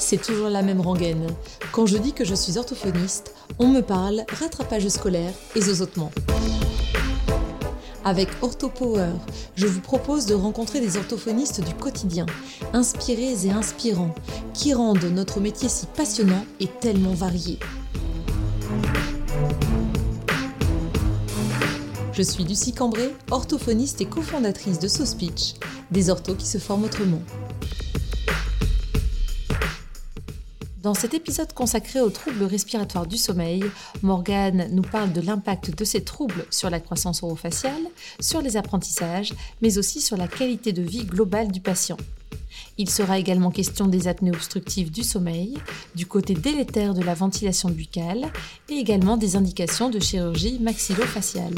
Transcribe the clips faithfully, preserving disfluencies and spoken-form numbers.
c'est toujours la même rengaine. Quand je dis que je suis orthophoniste, on me parle rattrapage scolaire et zozotement. Avec OrthoPower, je vous propose de rencontrer des orthophonistes du quotidien, inspirés et inspirants, qui rendent notre métier si passionnant et tellement varié. Je suis Lucie Cambray, orthophoniste et cofondatrice de SoSpeech, des orthos qui se forment autrement. Dans cet épisode consacré aux troubles respiratoires du sommeil, Morgane nous parle de l'impact de ces troubles sur la croissance orofaciale, sur les apprentissages, mais aussi sur la qualité de vie globale du patient. Il sera également question des apnées obstructives du sommeil, du côté délétère de la ventilation buccale et également des indications de chirurgie maxillofaciale.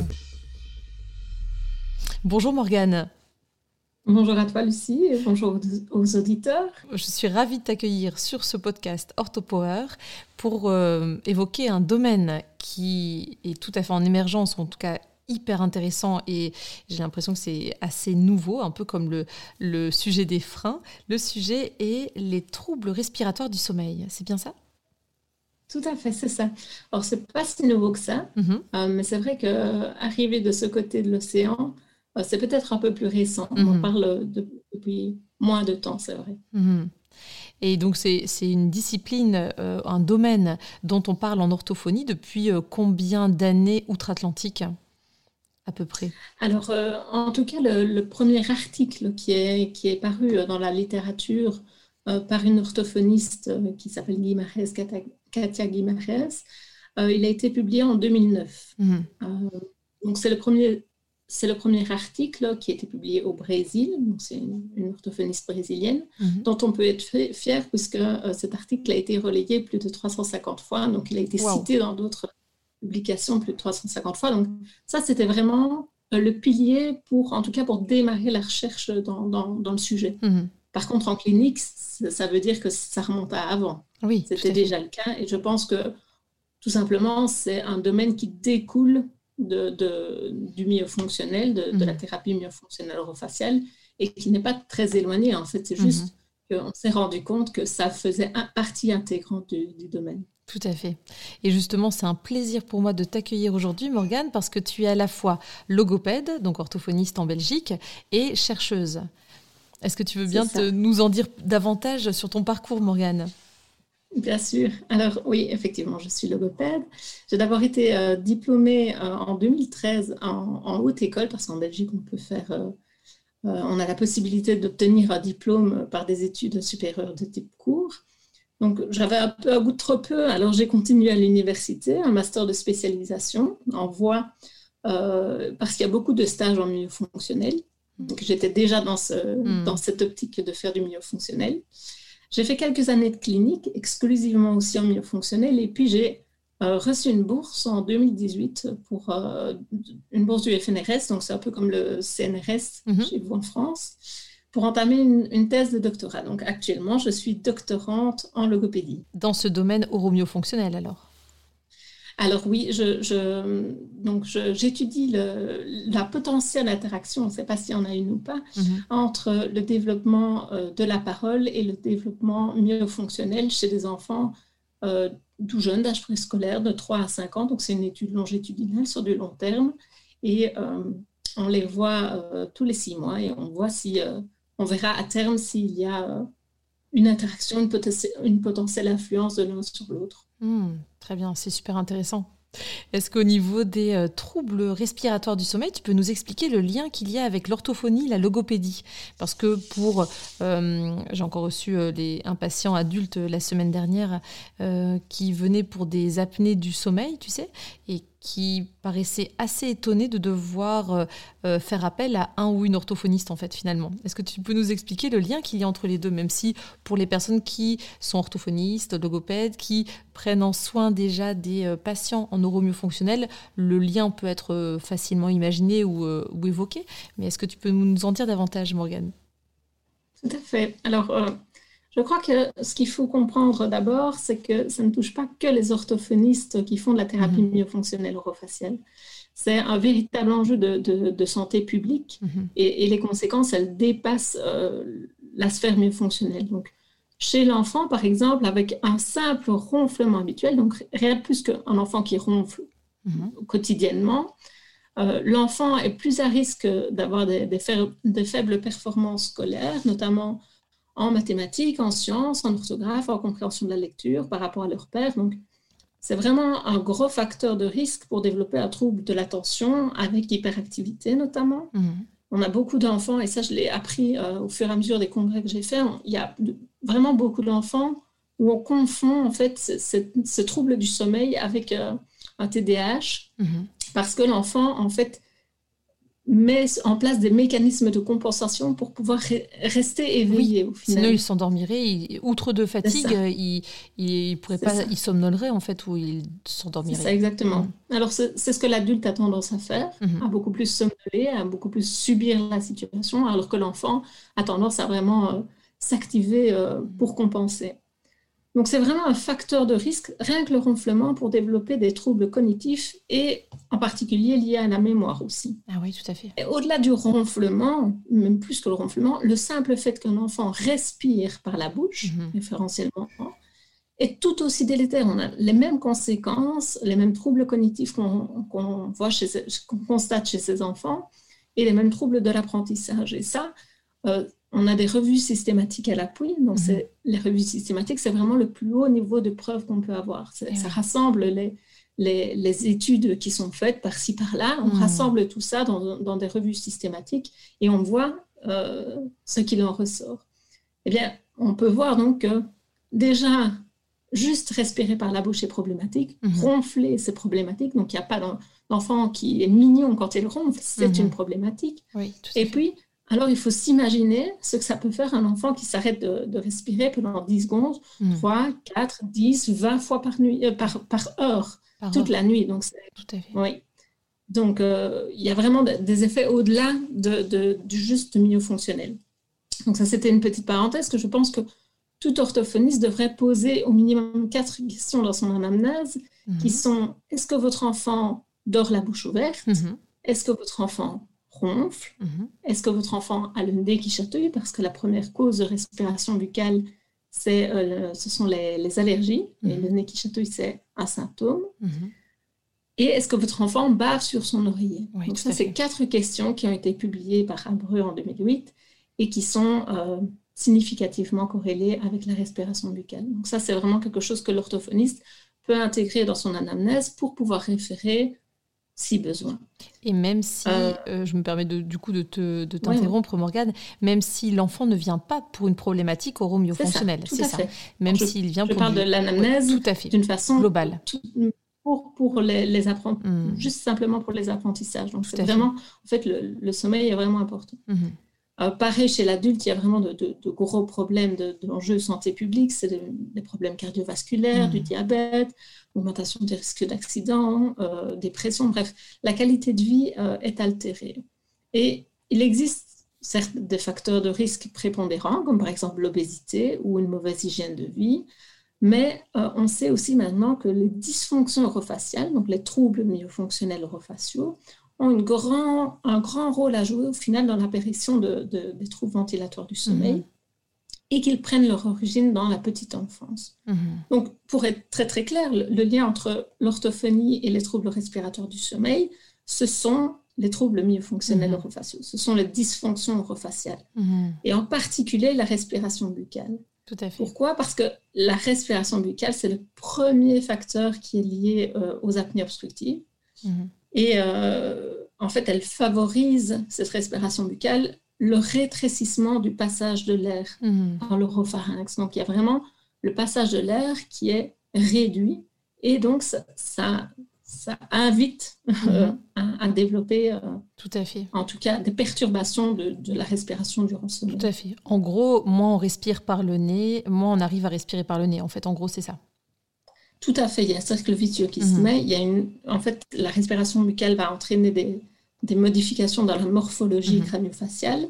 Bonjour Morgane. Bonjour à toi Lucie et bonjour aux auditeurs. Je suis ravie de t'accueillir sur ce podcast OrthoPower pour euh, évoquer un domaine qui est tout à fait en émergence, en tout cas hyper intéressant, et j'ai l'impression que c'est assez nouveau, un peu comme le, le sujet des freins. Le sujet est les troubles respiratoires du sommeil, c'est bien ça ? Tout à fait, c'est ça. Alors c'est pas si nouveau que ça, mm-hmm. euh, mais c'est vrai qu'arriver de ce côté de l'océan, c'est peut-être un peu plus récent. On mm-hmm. en parle de, depuis moins de temps, c'est vrai. Mm-hmm. Et donc, c'est, c'est une discipline, euh, un domaine dont on parle en orthophonie depuis euh, combien d'années outre-Atlantique, à peu près ? Alors, euh, en tout cas, le, le premier article qui est, qui est paru dans la littérature euh, par une orthophoniste euh, qui s'appelle Guimarães, Katia, Katia Guimarães, euh, il a été publié en deux mille neuf. Mm-hmm. Euh, donc, c'est le premier... C'est le premier article qui a été publié au Brésil, donc c'est une, une orthophoniste brésilienne, mm-hmm. dont on peut être fier puisque euh, cet article a été relayé plus de trois cent cinquante fois, donc il a été wow. cité dans d'autres publications plus de trois cent cinquante fois. Donc ça, c'était vraiment euh, le pilier pour, en tout cas, pour démarrer la recherche dans, dans, dans le sujet. Mm-hmm. Par contre, en clinique, ça veut dire que ça remonte à avant. Oui, c'était déjà le cas, et je pense que tout simplement, c'est un domaine qui découle De, de, du myofonctionnel, de, mmh. de la thérapie myofonctionnelle orofaciale, et qui n'est pas très éloigné. En fait, c'est juste mmh. qu'on s'est rendu compte que ça faisait un, partie intégrante du, du domaine. Tout à fait. Et justement, c'est un plaisir pour moi de t'accueillir aujourd'hui, Morgane, parce que tu es à la fois logopède, donc orthophoniste en Belgique, et chercheuse. Est-ce que tu veux bien te, nous en dire davantage sur ton parcours, Morgane ? Bien sûr. Alors oui, effectivement, je suis logopède. J'ai d'abord été euh, diplômée euh, en deux mille treize en, en haute école, parce qu'en Belgique, on peut faire, euh, euh, on a la possibilité d'obtenir un diplôme par des études supérieures de type cours. Donc j'avais un peu un goût de trop peu, alors j'ai continué à l'université, un master de spécialisation en voix, euh, parce qu'il y a beaucoup de stages en myofonctionnel. Donc j'étais déjà dans, ce, mmh. dans cette optique de faire du myofonctionnel. J'ai fait quelques années de clinique, exclusivement aussi en myofonctionnel, et puis j'ai euh, reçu une bourse en deux mille dix-huit, pour euh, une bourse du F N R S, donc c'est un peu comme le C N R S mm-hmm. chez vous en France, pour entamer une, une thèse de doctorat. Donc actuellement, je suis doctorante en logopédie. Dans ce domaine oromyofonctionnel alors ? Alors oui, je, je, donc je, j'étudie le, la potentielle interaction, on ne sait pas s'il y en a une ou pas, mm-hmm. entre le développement euh, de la parole et le développement myofonctionnel chez des enfants euh, tout jeunes, d'âge préscolaire, de trois à cinq ans. Donc c'est une étude longitudinale sur du long terme, et euh, on les voit euh, tous les six mois, et on voit si, euh, on verra à terme s'il y a euh, une interaction, une, poten- une potentielle influence de l'un sur l'autre. Mmh, très bien, c'est super intéressant. Est-ce qu'au niveau des euh, troubles respiratoires du sommeil, tu peux nous expliquer le lien qu'il y a avec l'orthophonie, la logopédie ? Parce que pour, euh, j'ai encore reçu euh, les, un patient adulte euh, la semaine dernière euh, qui venait pour des apnées du sommeil, tu sais, et qui paraissait assez étonné de devoir euh, euh, faire appel à un ou une orthophoniste, en fait, finalement. Est-ce que tu peux nous expliquer le lien qu'il y a entre les deux, même si pour les personnes qui sont orthophonistes, logopèdes, qui prennent en soin déjà des euh, patients en oromyofonctionnel, le lien peut être euh, facilement imaginé ou, euh, ou évoqué. Mais est-ce que tu peux nous en dire davantage, Morgane ? Tout à fait. Alors, euh, je crois que ce qu'il faut comprendre d'abord, c'est que ça ne touche pas que les orthophonistes qui font de la thérapie mmh. myofonctionnelle orofaciale. C'est un véritable enjeu de, de, de santé publique, mmh. et, et les conséquences, elles dépassent euh, la sphère myofonctionnelle. Donc, chez l'enfant, par exemple, avec un simple ronflement habituel, donc rien de plus qu'un enfant qui ronfle mm-hmm. quotidiennement, euh, l'enfant est plus à risque d'avoir des, des, fa- des faibles performances scolaires, notamment en mathématiques, en sciences, en orthographe, en compréhension de la lecture par rapport à leur père. Donc, c'est vraiment un gros facteur de risque pour développer un trouble de l'attention avec hyperactivité notamment. Mmh. On a beaucoup d'enfants, et ça je l'ai appris euh, au fur et à mesure des congrès que j'ai faits, il y a vraiment beaucoup d'enfants où on confond en fait ce, ce, ce trouble du sommeil avec euh, un T D A H mmh. parce que l'enfant en fait met en place des mécanismes de compensation pour pouvoir re- rester éveillé. Oui, au final. Sinon il s'endormirait, il, outre de fatigue, il, il, il pourrait c'est pas, ça. il somnolerait en fait, ou il s'endormirait. C'est ça, exactement. Mmh. Alors c'est, c'est ce que l'adulte a tendance à faire, mmh. à beaucoup plus somnoler, à beaucoup plus subir la situation, alors que l'enfant a tendance à vraiment euh, s'activer euh, pour compenser. Donc, c'est vraiment un facteur de risque, rien que le ronflement, pour développer des troubles cognitifs et en particulier liés à la mémoire aussi. Ah oui, tout à fait. Et au-delà du ronflement, même plus que le ronflement, le simple fait qu'un enfant respire par la bouche, mmh. référentiellement, est tout aussi délétère. On a les mêmes conséquences, les mêmes troubles cognitifs qu'on, qu'on, voit chez, qu'on constate chez ces enfants et les mêmes troubles de l'apprentissage. Et ça, euh, on a des revues systématiques à l'appui. Donc, mmh. c'est, les revues systématiques, c'est vraiment le plus haut niveau de preuve qu'on peut avoir. C'est, ça oui. rassemble les, les, les études qui sont faites par-ci, par-là. On mmh. rassemble tout ça dans, dans des revues systématiques et on voit euh, ce qu'il en ressort. Eh bien, on peut voir donc que déjà, juste respirer par la bouche est problématique. Mmh. Ronfler, c'est problématique. Donc, il n'y a pas d'enfant qui est mignon quand il ronfle. C'est mmh. une problématique. Oui, tout à et fait. puis, alors, il faut s'imaginer ce que ça peut faire un enfant qui s'arrête de, de respirer pendant dix secondes, mmh. trois, quatre, dix, vingt fois par, nuit, euh, par, par heure, par toute heure. La nuit. Donc, c'est, Tout à fait. Oui. Donc, euh, il y a vraiment des effets au-delà de, de, du juste milieu fonctionnel. Donc, ça, c'était une petite parenthèse que je pense que tout orthophoniste devrait poser au minimum quatre questions dans son anamnèse, mmh. qui sont, est-ce que votre enfant dort la bouche ouverte ? mmh. Est-ce que votre enfant ronfle. Mm-hmm. Est-ce que votre enfant a le nez qui chatouille? Parce que la première cause de respiration buccale, c'est, euh, ce sont les, les allergies. Mm-hmm. Et le nez qui chatouille, c'est un symptôme. Mm-hmm. Et est-ce que votre enfant bave sur son oreiller? oui, Donc ça, c'est fait. quatre questions qui ont été publiées par Abreu en deux mille huit et qui sont euh, significativement corrélées avec la respiration buccale. Donc ça, c'est vraiment quelque chose que l'orthophoniste peut intégrer dans son anamnèse pour pouvoir référer si besoin. Et même si, euh, euh, je me permets de, du coup de, te, de t'interrompre, ouais, ouais. Morgane, même si l'enfant ne vient pas pour une problématique oromyofonctionnelle, c'est ça. C'est ça. Même je, s'il vient je pour parle du... de l'anamnèse ouais, tout à fait. d'une façon globale. Tout, pour, pour les, les apprent... mmh. juste simplement pour les apprentissages. Donc, tout c'est vraiment, fait. En fait, le, le sommeil est vraiment important. Mmh. Euh, pareil, chez l'adulte, il y a vraiment de, de, de gros problèmes de, d'enjeux santé publique. C'est de, des problèmes cardiovasculaires, mmh. du diabète, augmentation des risques d'accident, euh, dépression. Bref, la qualité de vie euh, est altérée. Et il existe certes des facteurs de risque prépondérants, comme par exemple l'obésité ou une mauvaise hygiène de vie. Mais euh, on sait aussi maintenant que les dysfonctions orofaciales, donc les troubles myofonctionnels orofaciaux, ont une grand, un grand rôle à jouer au final dans l'apparition de, de, des troubles ventilatoires du sommeil mmh. et qu'ils prennent leur origine dans la petite enfance. Mmh. Donc, pour être très très clair, le, le lien entre l'orthophonie et les troubles respiratoires du sommeil, ce sont les troubles myofonctionnels mmh. orofaciaux, ce sont les dysfonctions orofaciales mmh. et en particulier la respiration buccale. Tout à fait. Pourquoi ? Parce que la respiration buccale, c'est le premier facteur qui est lié euh, aux apnées obstructives. Mmh. Et euh, en fait, elle favorise, cette respiration buccale, le rétrécissement du passage de l'air mmh. dans l'oropharynx. Donc, il y a vraiment le passage de l'air qui est réduit. Et donc, ça, ça, ça invite mmh. euh, à, à développer, euh, tout à fait. En tout cas, des perturbations de, de la respiration durant ce sommeil. Tout à fait. En gros, moins on respire par le nez, moins on arrive à respirer par le nez. En fait, en gros, c'est ça. Tout à fait, il y a un cercle vicieux qui mmh. se met. Il y a une... En fait, la respiration buccale va entraîner des, des modifications dans la morphologie mmh. crânio-faciale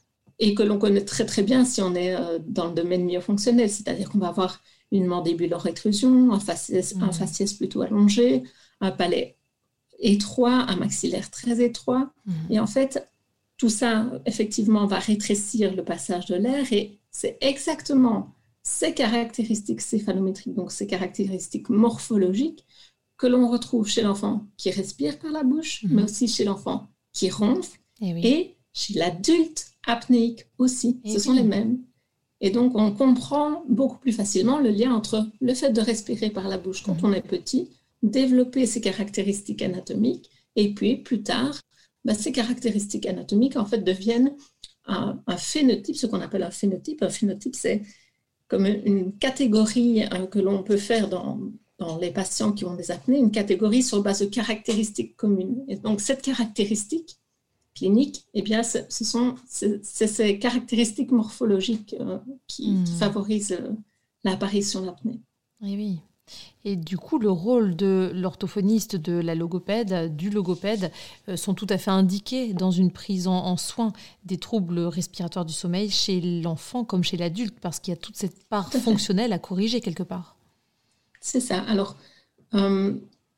et que l'on connaît très très bien si on est euh, dans le domaine myofonctionnel, c'est-à-dire qu'on va avoir une mandibule rétrusion, un faciès, mmh. un faciès plutôt allongé, un palais étroit, un maxillaire très étroit. Mmh. Et en fait, tout ça, effectivement, va rétrécir le passage de l'air et c'est exactement ces caractéristiques céphalométriques, donc ces caractéristiques morphologiques, que l'on retrouve chez l'enfant qui respire par la bouche, mmh. mais aussi chez l'enfant qui ronfle, et, oui. et chez l'adulte apnéique aussi. Et Ce oui. sont les mêmes. Et donc, on comprend beaucoup plus facilement le lien entre le fait de respirer par la bouche quand mmh. on est petit, développer ces caractéristiques anatomiques, et puis, plus tard, bah, ces caractéristiques anatomiques, en fait, deviennent un, un phénotype, ce qu'on appelle un phénotype. Un phénotype, c'est comme une catégorie hein, que l'on peut faire dans, dans les patients qui ont des apnées, une catégorie sur base de caractéristiques communes. Et donc, cette caractéristique clinique, eh bien, ce, ce sont c'est, c'est ces caractéristiques morphologiques euh, qui, mmh. qui favorisent euh, l'apparition d'apnée. Oui, oui. Et du coup, le rôle de l'orthophoniste, de la logopède, du logopède, euh, sont tout à fait indiqués dans une prise en, en soin des troubles respiratoires du sommeil chez l'enfant comme chez l'adulte, parce qu'il y a toute cette part fonctionnelle à corriger quelque part. C'est ça. Alors, euh,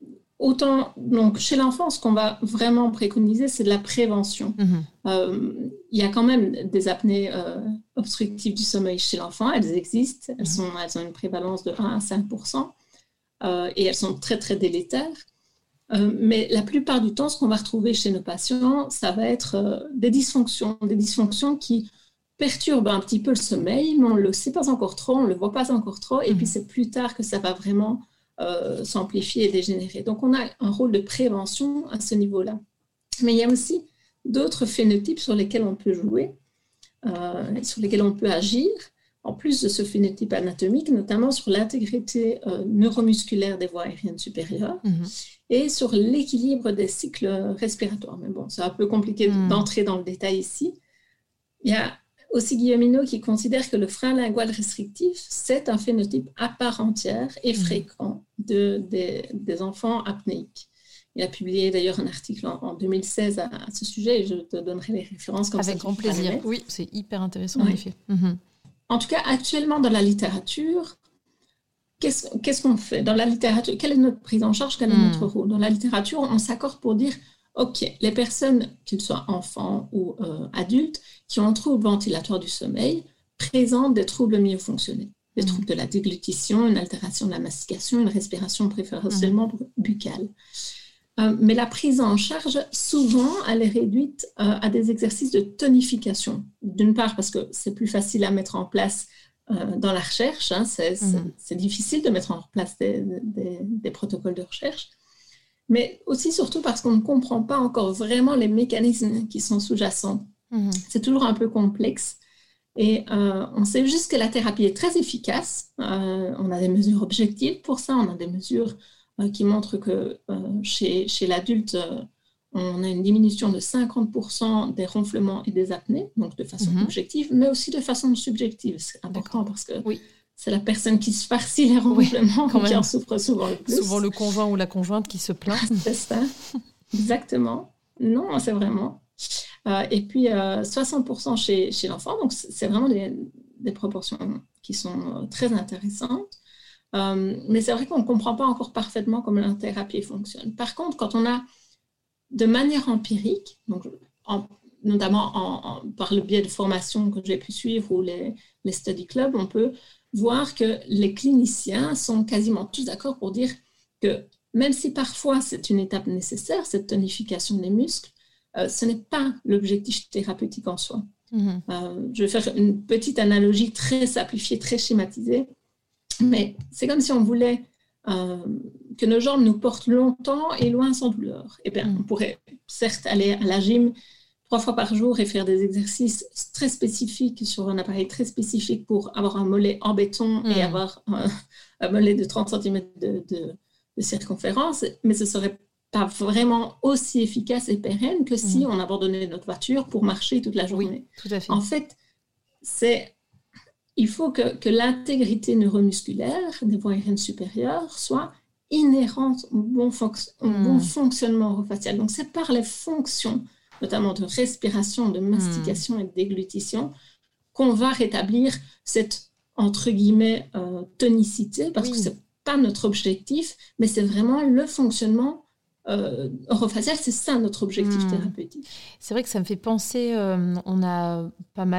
autant donc, chez l'enfant, ce qu'on va vraiment préconiser, c'est de la prévention. Mmh. Euh, il y a quand même des apnées euh, obstructives du sommeil chez l'enfant. Elles existent. Elles, sont, elles ont une prévalence de un à cinq pour cent. Euh, et elles sont très, très délétères. Euh, mais la plupart du temps, ce qu'on va retrouver chez nos patients, ça va être euh, des dysfonctions, des dysfonctions qui perturbent un petit peu le sommeil, mais on ne le sait pas encore trop, on ne le voit pas encore trop, et mmh. puis c'est plus tard que ça va vraiment euh, s'amplifier et dégénérer. Donc, on a un rôle de prévention à ce niveau-là. Mais il y a aussi d'autres phénotypes sur lesquels on peut jouer, euh, sur lesquels on peut agir, en plus de ce phénotype anatomique, notamment sur l'intégrité euh, neuromusculaire des voies aériennes supérieures mmh. et sur l'équilibre des cycles respiratoires. Mais bon, c'est un peu compliqué mmh. d'entrer dans le détail ici. Il y a aussi Guilleminault qui considère que le frein lingual restrictif, c'est un phénotype à part entière et mmh. fréquent de, de, des enfants apnéiques. Il a publié d'ailleurs un article en, en deux mille seize à, à ce sujet et je te donnerai les références comme Avec ça. Avec grand plaisir. Oui, c'est hyper intéressant oui. en effet. Mmh. En tout cas, actuellement, dans la littérature, qu'est-ce, qu'est-ce qu'on fait dans la littérature? Quelle est notre prise en charge? Quel est mmh. notre rôle? Dans la littérature, on s'accorde pour dire, OK, les personnes, qu'ils soient enfants ou euh, adultes, qui ont un trouble ventilatoire du sommeil, présentent des troubles myofonctionnels, des mmh. troubles de la déglutition, une altération de la mastication, une respiration préférentiellement mmh. buccale. Euh, mais la prise en charge, souvent, elle est réduite euh, à des exercices de tonification. D'une part, parce que c'est plus facile à mettre en place euh, dans la recherche. Hein, c'est, c'est, mmh. c'est difficile de mettre en place des, des, des protocoles de recherche. Mais aussi, surtout, parce qu'on ne comprend pas encore vraiment les mécanismes qui sont sous-jacents. Mmh. C'est toujours un peu complexe. Et euh, on sait juste que la thérapie est très efficace. Euh, on a des mesures objectives pour ça. On a des mesures qui montre que euh, chez, chez l'adulte, euh, on a une diminution de cinquante pour cent des ronflements et des apnées, donc de façon mm-hmm. objective, mais aussi de façon subjective. C'est important D'accord. parce que oui. c'est la personne qui se farcit les ronflements oui, qui en souffre souvent le plus. Souvent le conjoint ou la conjointe qui se plaint. C'est ça, exactement. Non, c'est vraiment. Euh, et puis, euh, soixante pour cent chez, chez l'enfant, donc c'est vraiment des, des proportions qui sont très intéressantes. Euh, mais c'est vrai qu'on ne comprend pas encore parfaitement comment la thérapie fonctionne. Par contre, quand on a de manière empirique, donc en, notamment en, en, par le biais de formations que j'ai pu suivre ou les, les study clubs, on peut voir que les cliniciens sont quasiment tous d'accord pour dire que même si parfois c'est une étape nécessaire, cette tonification des muscles, euh, ce n'est pas l'objectif thérapeutique en soi. Mmh. Euh, je vais faire une petite analogie très simplifiée, très schématisée. Mais c'est comme si on voulait euh, que nos jambes nous portent longtemps et loin sans douleur. Eh bien, mmh. on pourrait certes aller à la gym trois fois par jour et faire des exercices très spécifiques sur un appareil très spécifique pour avoir un mollet en béton mmh. et avoir un, un mollet de trente centimètres de, de, de circonférence, mais ce ne serait pas vraiment aussi efficace et pérenne que si mmh. on abandonnait notre voiture pour marcher toute la journée. Oui, tout à fait. En fait, c'est... il faut que, que l'intégrité neuromusculaire des voies aériennes supérieures soit inhérente au bon, fonc- au bon mmh. fonctionnement orofacial. Donc, c'est par les fonctions, notamment de respiration, de mastication mmh. et de déglutition, qu'on va rétablir cette, entre guillemets, euh, tonicité, parce oui. que ce n'est pas notre objectif, mais c'est vraiment le fonctionnement euh, orofacial, c'est ça notre objectif mmh. thérapeutique. C'est vrai que ça me fait penser, euh, on a pas mal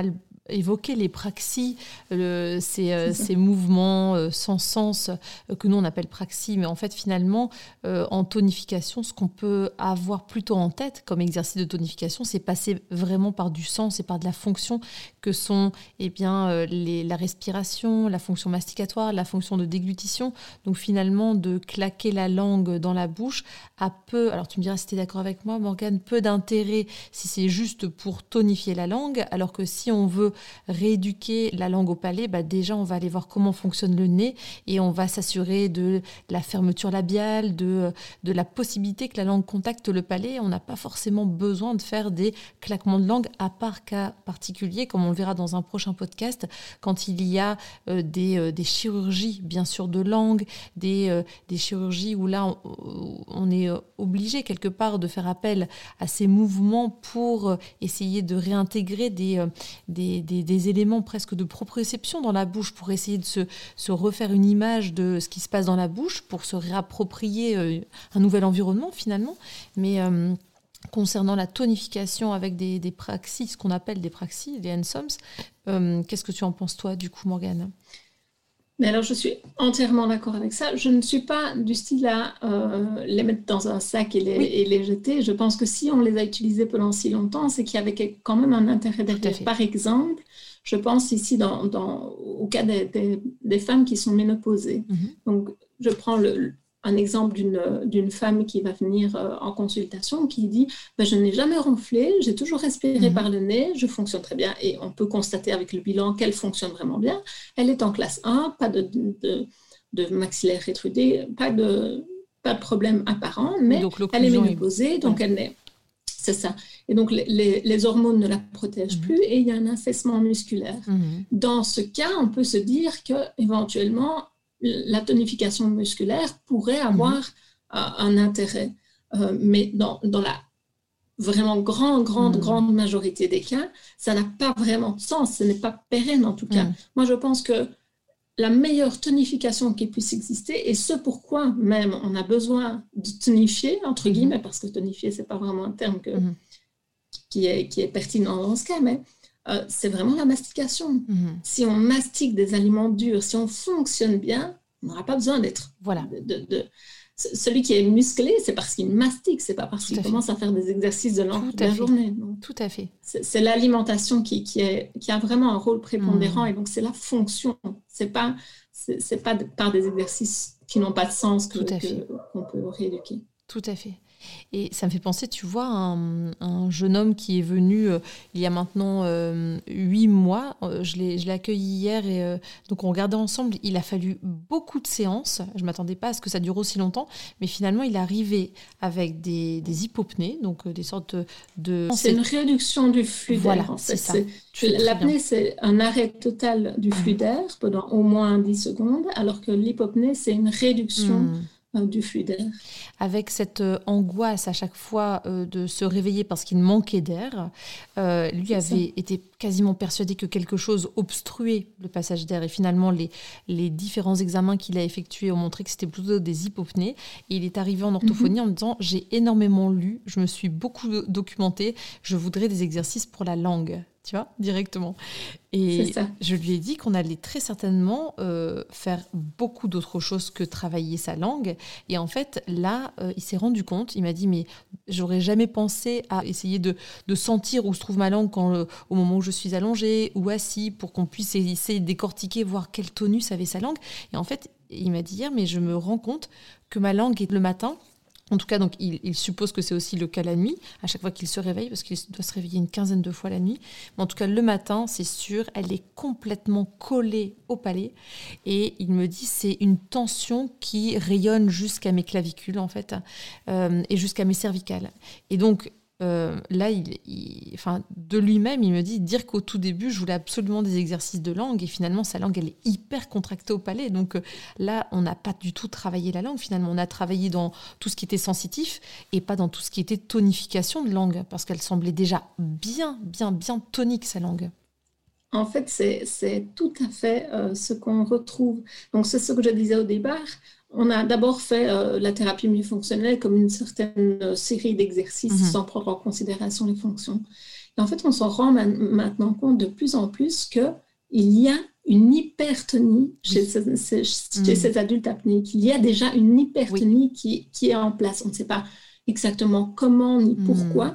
évoqué les praxis, le, ces, euh, ces mouvements euh, sans sens euh, que nous on appelle praxis, mais en fait finalement euh, en tonification, ce qu'on peut avoir plutôt en tête comme exercice de tonification, c'est passer vraiment par du sens et par de la fonction que sont eh bien, euh, les, la respiration, la fonction masticatoire, la fonction de déglutition. Donc finalement de claquer la langue dans la bouche a peu, alors tu me diras si tu es d'accord avec moi Morgane, peu d'intérêt si c'est juste pour tonifier la langue, alors que si on veut rééduquer la langue au palais, bah déjà on va aller voir comment fonctionne le nez et on va s'assurer de la fermeture labiale, de, de la possibilité que la langue contacte le palais. On n'a pas forcément besoin de faire des claquements de langue, à part cas particuliers, comme on le verra dans un prochain podcast, quand il y a euh, des, euh, des chirurgies, bien sûr, de langue, des, euh, des chirurgies où là, on, on est obligé quelque part de faire appel à ces mouvements pour essayer de réintégrer des, euh, des Des, des éléments presque de proprioception dans la bouche pour essayer de se, se refaire une image de ce qui se passe dans la bouche, pour se réapproprier euh, un nouvel environnement finalement. Mais euh, concernant la tonification avec des, des praxis, ce qu'on appelle des praxis, des hansoms, euh, qu'est-ce que tu en penses toi du coup Morgane ? Mais alors, je suis entièrement d'accord avec ça. Je ne suis pas du style à euh, les mettre dans un sac et les, oui. et les jeter. Je pense que si on les a utilisés pendant si longtemps, c'est qu'il y avait quand même un intérêt derrière. Par exemple, je pense ici dans, dans, au cas des, des, des femmes qui sont ménopausées. Mm-hmm. Donc, je prends le, un exemple d'une, d'une femme qui va venir euh, en consultation qui dit ben, « Je n'ai jamais ronflé, j'ai toujours respiré mmh. par le nez, je fonctionne très bien. » Et on peut constater avec le bilan qu'elle fonctionne vraiment bien. Elle est en classe un, pas de, de, de maxillaire rétrudé, pas de, pas de problème apparent, mais donc, elle est ménopausée, donc ouais. elle n'est... C'est ça. Et donc, les, les, les hormones ne la protègent mmh. plus et il y a un affaissement musculaire. Mmh. Dans ce cas, on peut se dire qu'éventuellement, la tonification musculaire pourrait avoir mmh. euh, un intérêt. Euh, mais dans, dans la vraiment grande, grande, mmh. grande majorité des cas, ça n'a pas vraiment de sens. Ce n'est pas pérenne en tout cas. Mmh. Moi, je pense que la meilleure tonification qui puisse exister, et ce pourquoi même on a besoin de tonifier, entre guillemets, parce que tonifier, ce n'est pas vraiment un terme que, mmh. qui, est, qui est pertinent dans ce cas, mais euh, c'est vraiment la mastication. Mmh. Si on mastique des aliments durs, si on fonctionne bien, on n'aura pas besoin d'être... Voilà. De, de, de, celui qui est musclé, c'est parce qu'il mastique, c'est pas parce Tout qu'il commence fait. à faire des exercices de langue toute la journée. Donc, Tout à fait. C'est, c'est l'alimentation qui, qui, est, qui a vraiment un rôle prépondérant, mmh. et donc c'est la fonction. C'est pas, c'est, c'est pas par des exercices qui n'ont pas de sens que, que, qu'on peut rééduquer. Tout à fait. Et ça me fait penser, tu vois, un, un jeune homme qui est venu euh, il y a maintenant euh, huit mois. Euh, je, l'ai, je l'ai accueilli hier et euh, donc on regardait ensemble. Il a fallu beaucoup de séances. Je ne m'attendais pas à ce que ça dure aussi longtemps. Mais finalement, il est arrivé avec des, des hypopnées, donc euh, des sortes de... C'est, c'est une réduction du flux d'air. Voilà, en fait. c'est ça. C'est, l'apnée, c'est un arrêt total du flux d'air pendant au moins dix secondes, alors que l'hypopnée, c'est une réduction... Mmh. du flux d'air. Avec cette euh, angoisse à chaque fois euh, de se réveiller parce qu'il manquait d'air, euh, lui C'est avait ça. été quasiment persuadé que quelque chose obstruait le passage d'air. Et finalement, les, les différents examens qu'il a effectués ont montré que c'était plutôt des hypopnées. Et il est arrivé en orthophonie mm-hmm. en me disant « J'ai énormément lu, je me suis beaucoup documenté, je voudrais des exercices pour la langue. » Tu vois, directement. Et je lui ai dit qu'on allait très certainement euh, faire beaucoup d'autres choses que travailler sa langue. Et en fait, là, euh, il s'est rendu compte, il m'a dit, mais j'aurais jamais pensé à essayer de, de sentir où se trouve ma langue quand, euh, au moment où je suis allongée ou assis, pour qu'on puisse essayer de décortiquer, voir quel tonus avait sa langue. Et en fait, il m'a dit hier, mais je me rends compte que ma langue est le matin. En tout cas, donc, il, il suppose que c'est aussi le cas la nuit, à chaque fois qu'il se réveille, parce qu'il doit se réveiller une quinzaine de fois la nuit. Mais en tout cas, le matin, c'est sûr, elle est complètement collée au palais. Et il me dit, c'est une tension qui rayonne jusqu'à mes clavicules, en fait, euh, et jusqu'à mes cervicales. Et donc, Euh, là, il, il, enfin, de lui-même, il me dit dire qu'au tout début, je voulais absolument des exercices de langue et finalement, sa langue, elle est hyper contractée au palais. Donc euh, là, on n'a pas du tout travaillé la langue. Finalement, on a travaillé dans tout ce qui était sensitif et pas dans tout ce qui était tonification de langue parce qu'elle semblait déjà bien, bien, bien tonique, sa langue. En fait, c'est, c'est tout à fait euh, ce qu'on retrouve. Donc, c'est ce que je disais au départ. On a d'abord fait euh, la thérapie myofonctionnelle comme une certaine série d'exercices mm-hmm. sans prendre en considération les fonctions. Et en fait, on s'en rend man- maintenant compte de plus en plus qu'il y a une hypertonie chez, ces, ces- chez Mm. ces adultes apnéiques. Il y a déjà une hypertonie Oui. qui, qui est en place. On ne sait pas exactement comment ni Mm. pourquoi,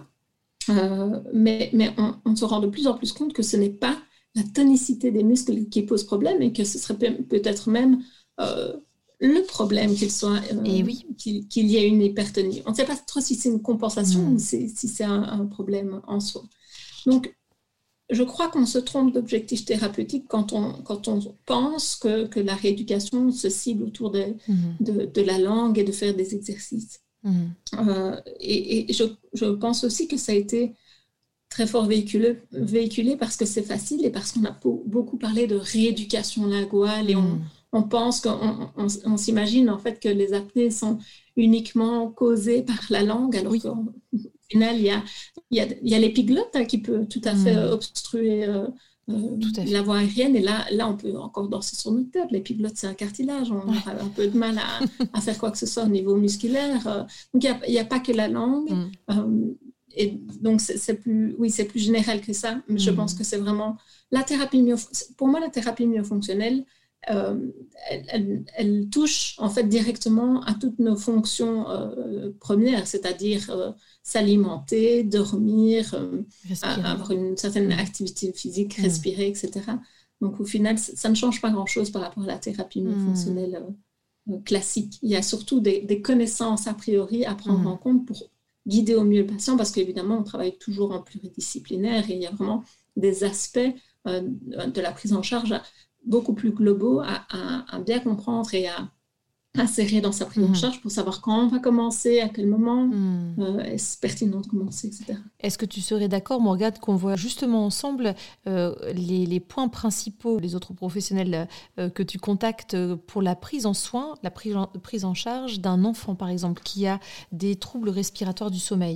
euh, mais, mais on, on se rend de plus en plus compte que ce n'est pas la tonicité des muscles qui pose problème et que ce serait pe- peut-être même euh, le problème qu'il soit, euh, Et oui. qu'il, qu'il y ait une hypertonie. On ne sait pas trop si c'est une compensation Mm. ou c'est- si c'est un, un problème en soi. Donc, je crois qu'on se trompe d'objectif thérapeutique quand on, quand on pense que, que la rééducation se cible autour de, Mm. de, de la langue et de faire des exercices. Mm. Euh, et et je, je pense aussi que ça a été très fort véhiculé, véhiculé parce que c'est facile et parce qu'on a po- beaucoup parlé de rééducation linguale et on, Mm. on pense qu'on on, on s'imagine en fait que les apnées sont uniquement causées par la langue, alors Oui. qu'au final, il y a, il y a, il y a l'épiglotte hein, qui peut tout à fait Mm. obstruer euh, euh, Tout à fait. la voie aérienne. Et là, là, on peut encore danser sur notre tête. L'épiglotte, c'est un cartilage. On Ouais. aura un peu de mal à, à faire quoi que ce soit au niveau musculaire. Euh, Donc, il n'y a, a pas que la langue. Mm. Euh, et donc, c'est, c'est plus, oui, c'est plus général que ça. Mais je Mm. pense que c'est vraiment la thérapie myofonctionnelle. Pour moi, la thérapie myofonctionnelle, euh, elle, elle, elle touche en fait directement à toutes nos fonctions euh, premières, c'est-à-dire euh, s'alimenter, dormir, euh, avoir une certaine mmh. activité physique, mmh. respirer, et cetera. Donc au final, ça ne change pas grand-chose par rapport à la thérapie myofonctionnelle mmh. euh, classique. Il y a surtout des, des connaissances a priori à prendre mmh. en compte pour guider au mieux le patient, parce qu'évidemment, on travaille toujours en pluridisciplinaire et il y a vraiment des aspects euh, de la prise en charge beaucoup plus globaux à, à, à bien comprendre et à insérer dans sa prise mmh. en charge pour savoir quand on va commencer, à quel moment, mmh. euh, est-ce pertinent de commencer, et cetera. Est-ce que tu serais d'accord, Morgane, qu'on voit justement ensemble euh, les, les points principaux, les autres professionnels euh, que tu contactes pour la prise en soin, la prise en, prise en charge d'un enfant, par exemple, qui a des troubles respiratoires du sommeil ?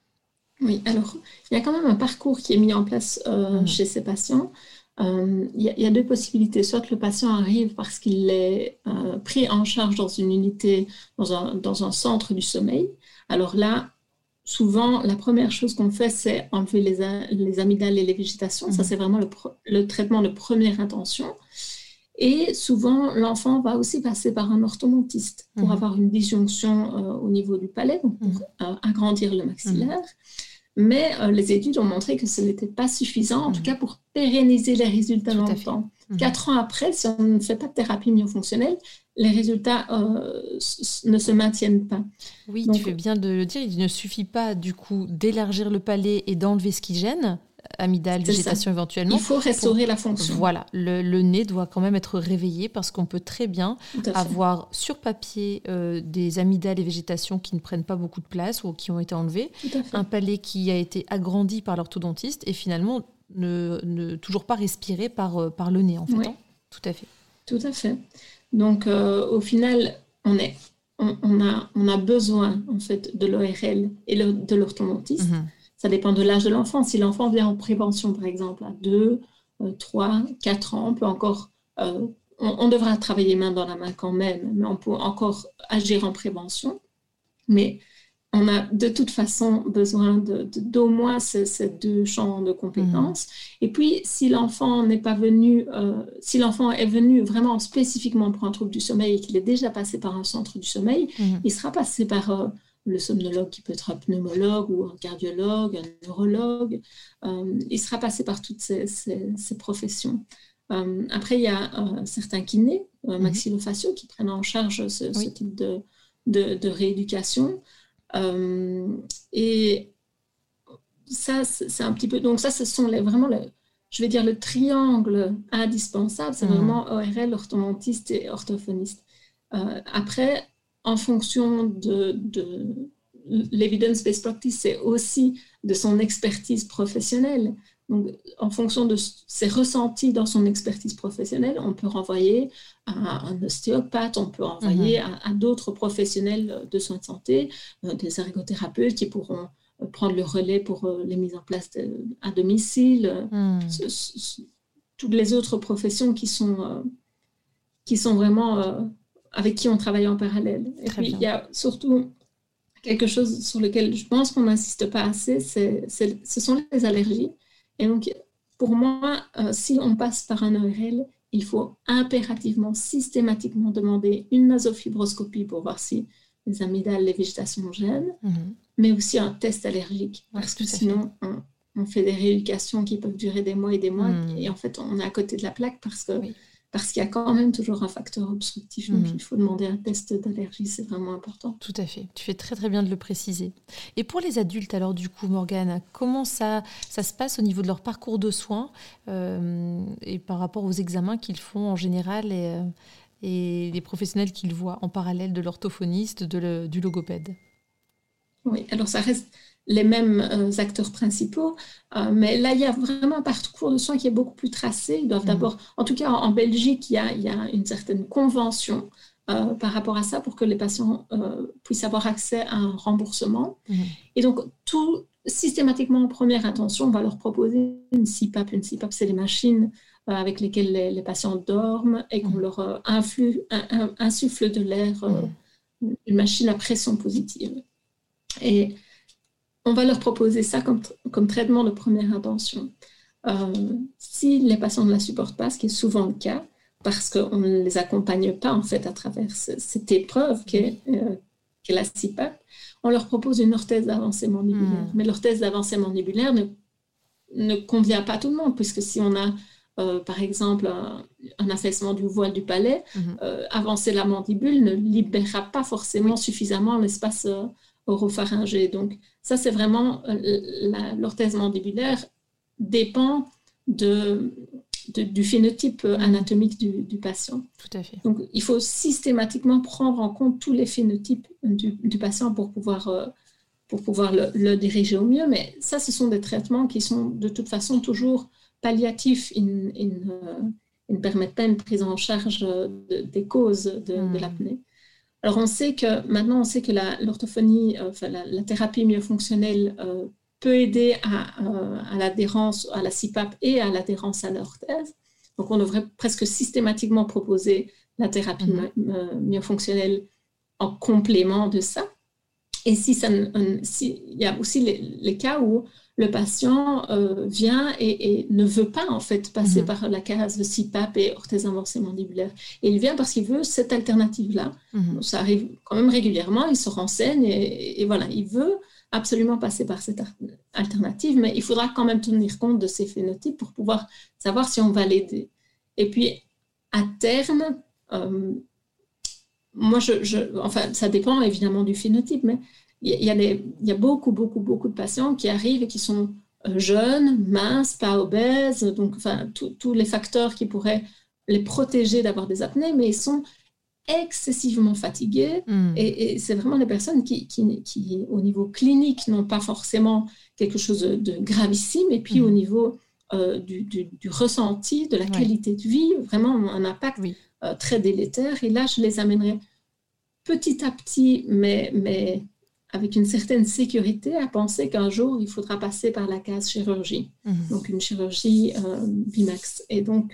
Oui, alors, il y a quand même un parcours qui est mis en place euh, mmh. chez ces patients. Il euh, y, y a deux possibilités. Soit le patient arrive parce qu'il est euh, pris en charge dans une unité, dans un, dans un centre du sommeil. Alors là, souvent, la première chose qu'on fait, c'est enlever les, les amygdales et les végétations. Mmh. Ça, c'est vraiment le, le traitement de première intention. Et souvent, l'enfant va aussi passer par un orthodontiste pour mmh. avoir une disjonction euh, au niveau du palais, donc pour mmh. euh, agrandir le maxillaire. Mmh. Mais euh, les études ont montré que ce n'était pas suffisant, en mmh. tout cas pour pérenniser les résultats tout longtemps. Mmh. Quatre ans après, si on ne fait pas de thérapie myofonctionnelle, les résultats euh, ne se maintiennent pas. Oui, donc, tu fais bien de le dire, il ne suffit pas du coup d'élargir le palais et d'enlever ce qui gêne, amygdale, végétation éventuellement. Il faut restaurer pour... la fonction. Voilà, le, le nez doit quand même être réveillé parce qu'on peut très bien avoir sur papier euh, des amygdales et végétation qui ne prennent pas beaucoup de place ou qui ont été enlevées, un palais qui a été agrandi par l'orthodontiste et finalement ne, ne toujours pas respiré par, par le nez en fait. Oui. Hein. Tout à fait. Tout à fait. Donc euh, au final, on, est, on, on, a, on a besoin en fait de l'O R L et le, de l'orthodontiste. Mm-hmm. Ça dépend de l'âge de l'enfant. Si l'enfant vient en prévention, par exemple, à deux, trois, quatre ans, on peut encore, euh, on, on devra travailler main dans la main quand même, mais on peut encore agir en prévention. Mais on a de toute façon besoin de, de, d'au moins ces, ces deux champs de compétences. Mmh. Et puis, si l'enfant n'est pas venu, euh, si l'enfant est venu vraiment spécifiquement pour un trouble du sommeil et qu'il est déjà passé par un centre du sommeil, mmh. il sera passé par euh, le somnologue qui peut être un pneumologue ou un cardiologue, un neurologue. Euh, il sera passé par toutes ces, ces, ces professions. Euh, après, il y a euh, certains kinés, euh, maxillofaciaux, qui prennent en charge ce, oui. ce type de, de, de rééducation. Euh, et ça, c'est un petit peu... Donc ça, ce sont les, vraiment, le, je vais dire, le triangle indispensable. C'est mmh. vraiment O R L, orthodontiste et orthophoniste. Euh, après, en fonction de, de l'evidence-based practice, c'est aussi de son expertise professionnelle. Donc, en fonction de ses ressentis dans son expertise professionnelle, on peut renvoyer à un ostéopathe, on peut renvoyer mmh. à, à d'autres professionnels de soins de santé, euh, des ergothérapeutes qui pourront euh, prendre le relais pour euh, les mises en place de, à domicile, mmh. ce, ce, toutes les autres professions qui sont, euh, qui sont vraiment... Euh, avec qui on travaille en parallèle. Et Très puis, bien. il y a surtout quelque chose sur lequel je pense qu'on n'insiste pas assez, c'est, c'est, ce sont les allergies. Et donc, pour moi, euh, si on passe par un O R L, il faut impérativement, systématiquement demander une nasofibroscopie pour voir si les amygdales, les végétations gênent, mm-hmm. mais aussi un test allergique, ouais, parce que sinon, on, on fait des rééducations qui peuvent durer des mois et des mois, mm. et en fait, on est à côté de la plaque parce que oui. Parce qu'il y a quand même toujours un facteur obstructif, donc mmh. il faut demander un test d'allergie, c'est vraiment important. Tout à fait, tu fais très très bien de le préciser. Et pour les adultes, alors du coup, Morgane, comment ça, ça se passe au niveau de leur parcours de soins euh, et par rapport aux examens qu'ils font en général et, et les professionnels qu'ils voient en parallèle de l'orthophoniste, de le, du logopède? Oui, alors ça reste les mêmes euh, acteurs principaux, euh, mais là, il y a vraiment un parcours de soins qui est beaucoup plus tracé. Ils doivent mmh. d'abord, en tout cas en, en Belgique, il y, a, il y a une certaine convention euh, par rapport à ça pour que les patients euh, puissent avoir accès à un remboursement. Mmh. Et donc, tout, systématiquement, en première intention, on va leur proposer une C PAP. Une C PAP, c'est les machines euh, avec lesquelles les, les patients dorment et qu'on mmh. leur euh, influe, un, un, insuffle de l'air, mmh. une machine à pression positive. Et on va leur proposer ça comme, comme traitement de première intention. Euh, si les patients ne la supportent pas, ce qui est souvent le cas, parce qu'on ne les accompagne pas en fait à travers ce, cette épreuve qu'est, euh, qu'est la C PAP, on leur propose une orthèse d'avancée mandibulaire. Mmh. Mais l'orthèse d'avancée mandibulaire ne, ne convient pas à tout le monde, puisque si on a euh, par exemple un, un affaissement du voile du palais, mmh. euh, avancer la mandibule ne libérera pas forcément oui. suffisamment l'espace euh, oropharyngé. Donc ça, c'est vraiment euh, la, l'orthèse mandibulaire dépend de, de, du phénotype mmh. anatomique du, du patient. Tout à fait. Donc il faut systématiquement prendre en compte tous les phénotypes du, du patient pour pouvoir, euh, pour pouvoir le, le diriger au mieux. Mais ça, ce sont des traitements qui sont de toute façon toujours palliatifs. Ils, ils, euh, ils ne permettent pas une prise en charge de, des causes de, mmh. de l'apnée. Alors, on sait que, maintenant, on sait que la, l'orthophonie, euh, enfin, la, la thérapie myofonctionnelle euh, peut aider à, euh, à l'adhérence à la C PAP et à l'adhérence à l'orthèse. Donc, on devrait presque systématiquement proposer la thérapie mm-hmm. myofonctionnelle en complément de ça. Et si ça, si, il y a aussi les, les cas où le patient euh, vient et, et ne veut pas en fait passer mmh. par la case de C PAP et orthèse avancée mandibulaire. Et il vient parce qu'il veut cette alternative-là. Mmh. Donc, ça arrive quand même régulièrement, il se renseigne et, et voilà, il veut absolument passer par cette alternative, mais il faudra quand même tenir compte de ses phénotypes pour pouvoir savoir si on va l'aider. Et puis, à terme, euh, moi, je, je, enfin, ça dépend évidemment du phénotype, mais il y, y, a des, il y a beaucoup, beaucoup, beaucoup de patients qui arrivent et qui sont jeunes, minces, pas obèses, donc enfin, tous les facteurs qui pourraient les protéger d'avoir des apnées, mais ils sont excessivement fatigués. Mmh. Et, et c'est vraiment des personnes qui, qui, qui, au niveau clinique, n'ont pas forcément quelque chose de, de gravissime, et puis mmh. au niveau euh, du, du, du ressenti, de la ouais. qualité de vie, vraiment un impact oui. euh, très délétère. Et là, je les amènerai petit à petit, mais, mais avec une certaine sécurité, à penser qu'un jour, il faudra passer par la case chirurgie, mmh. donc une chirurgie euh, bimax. Et donc,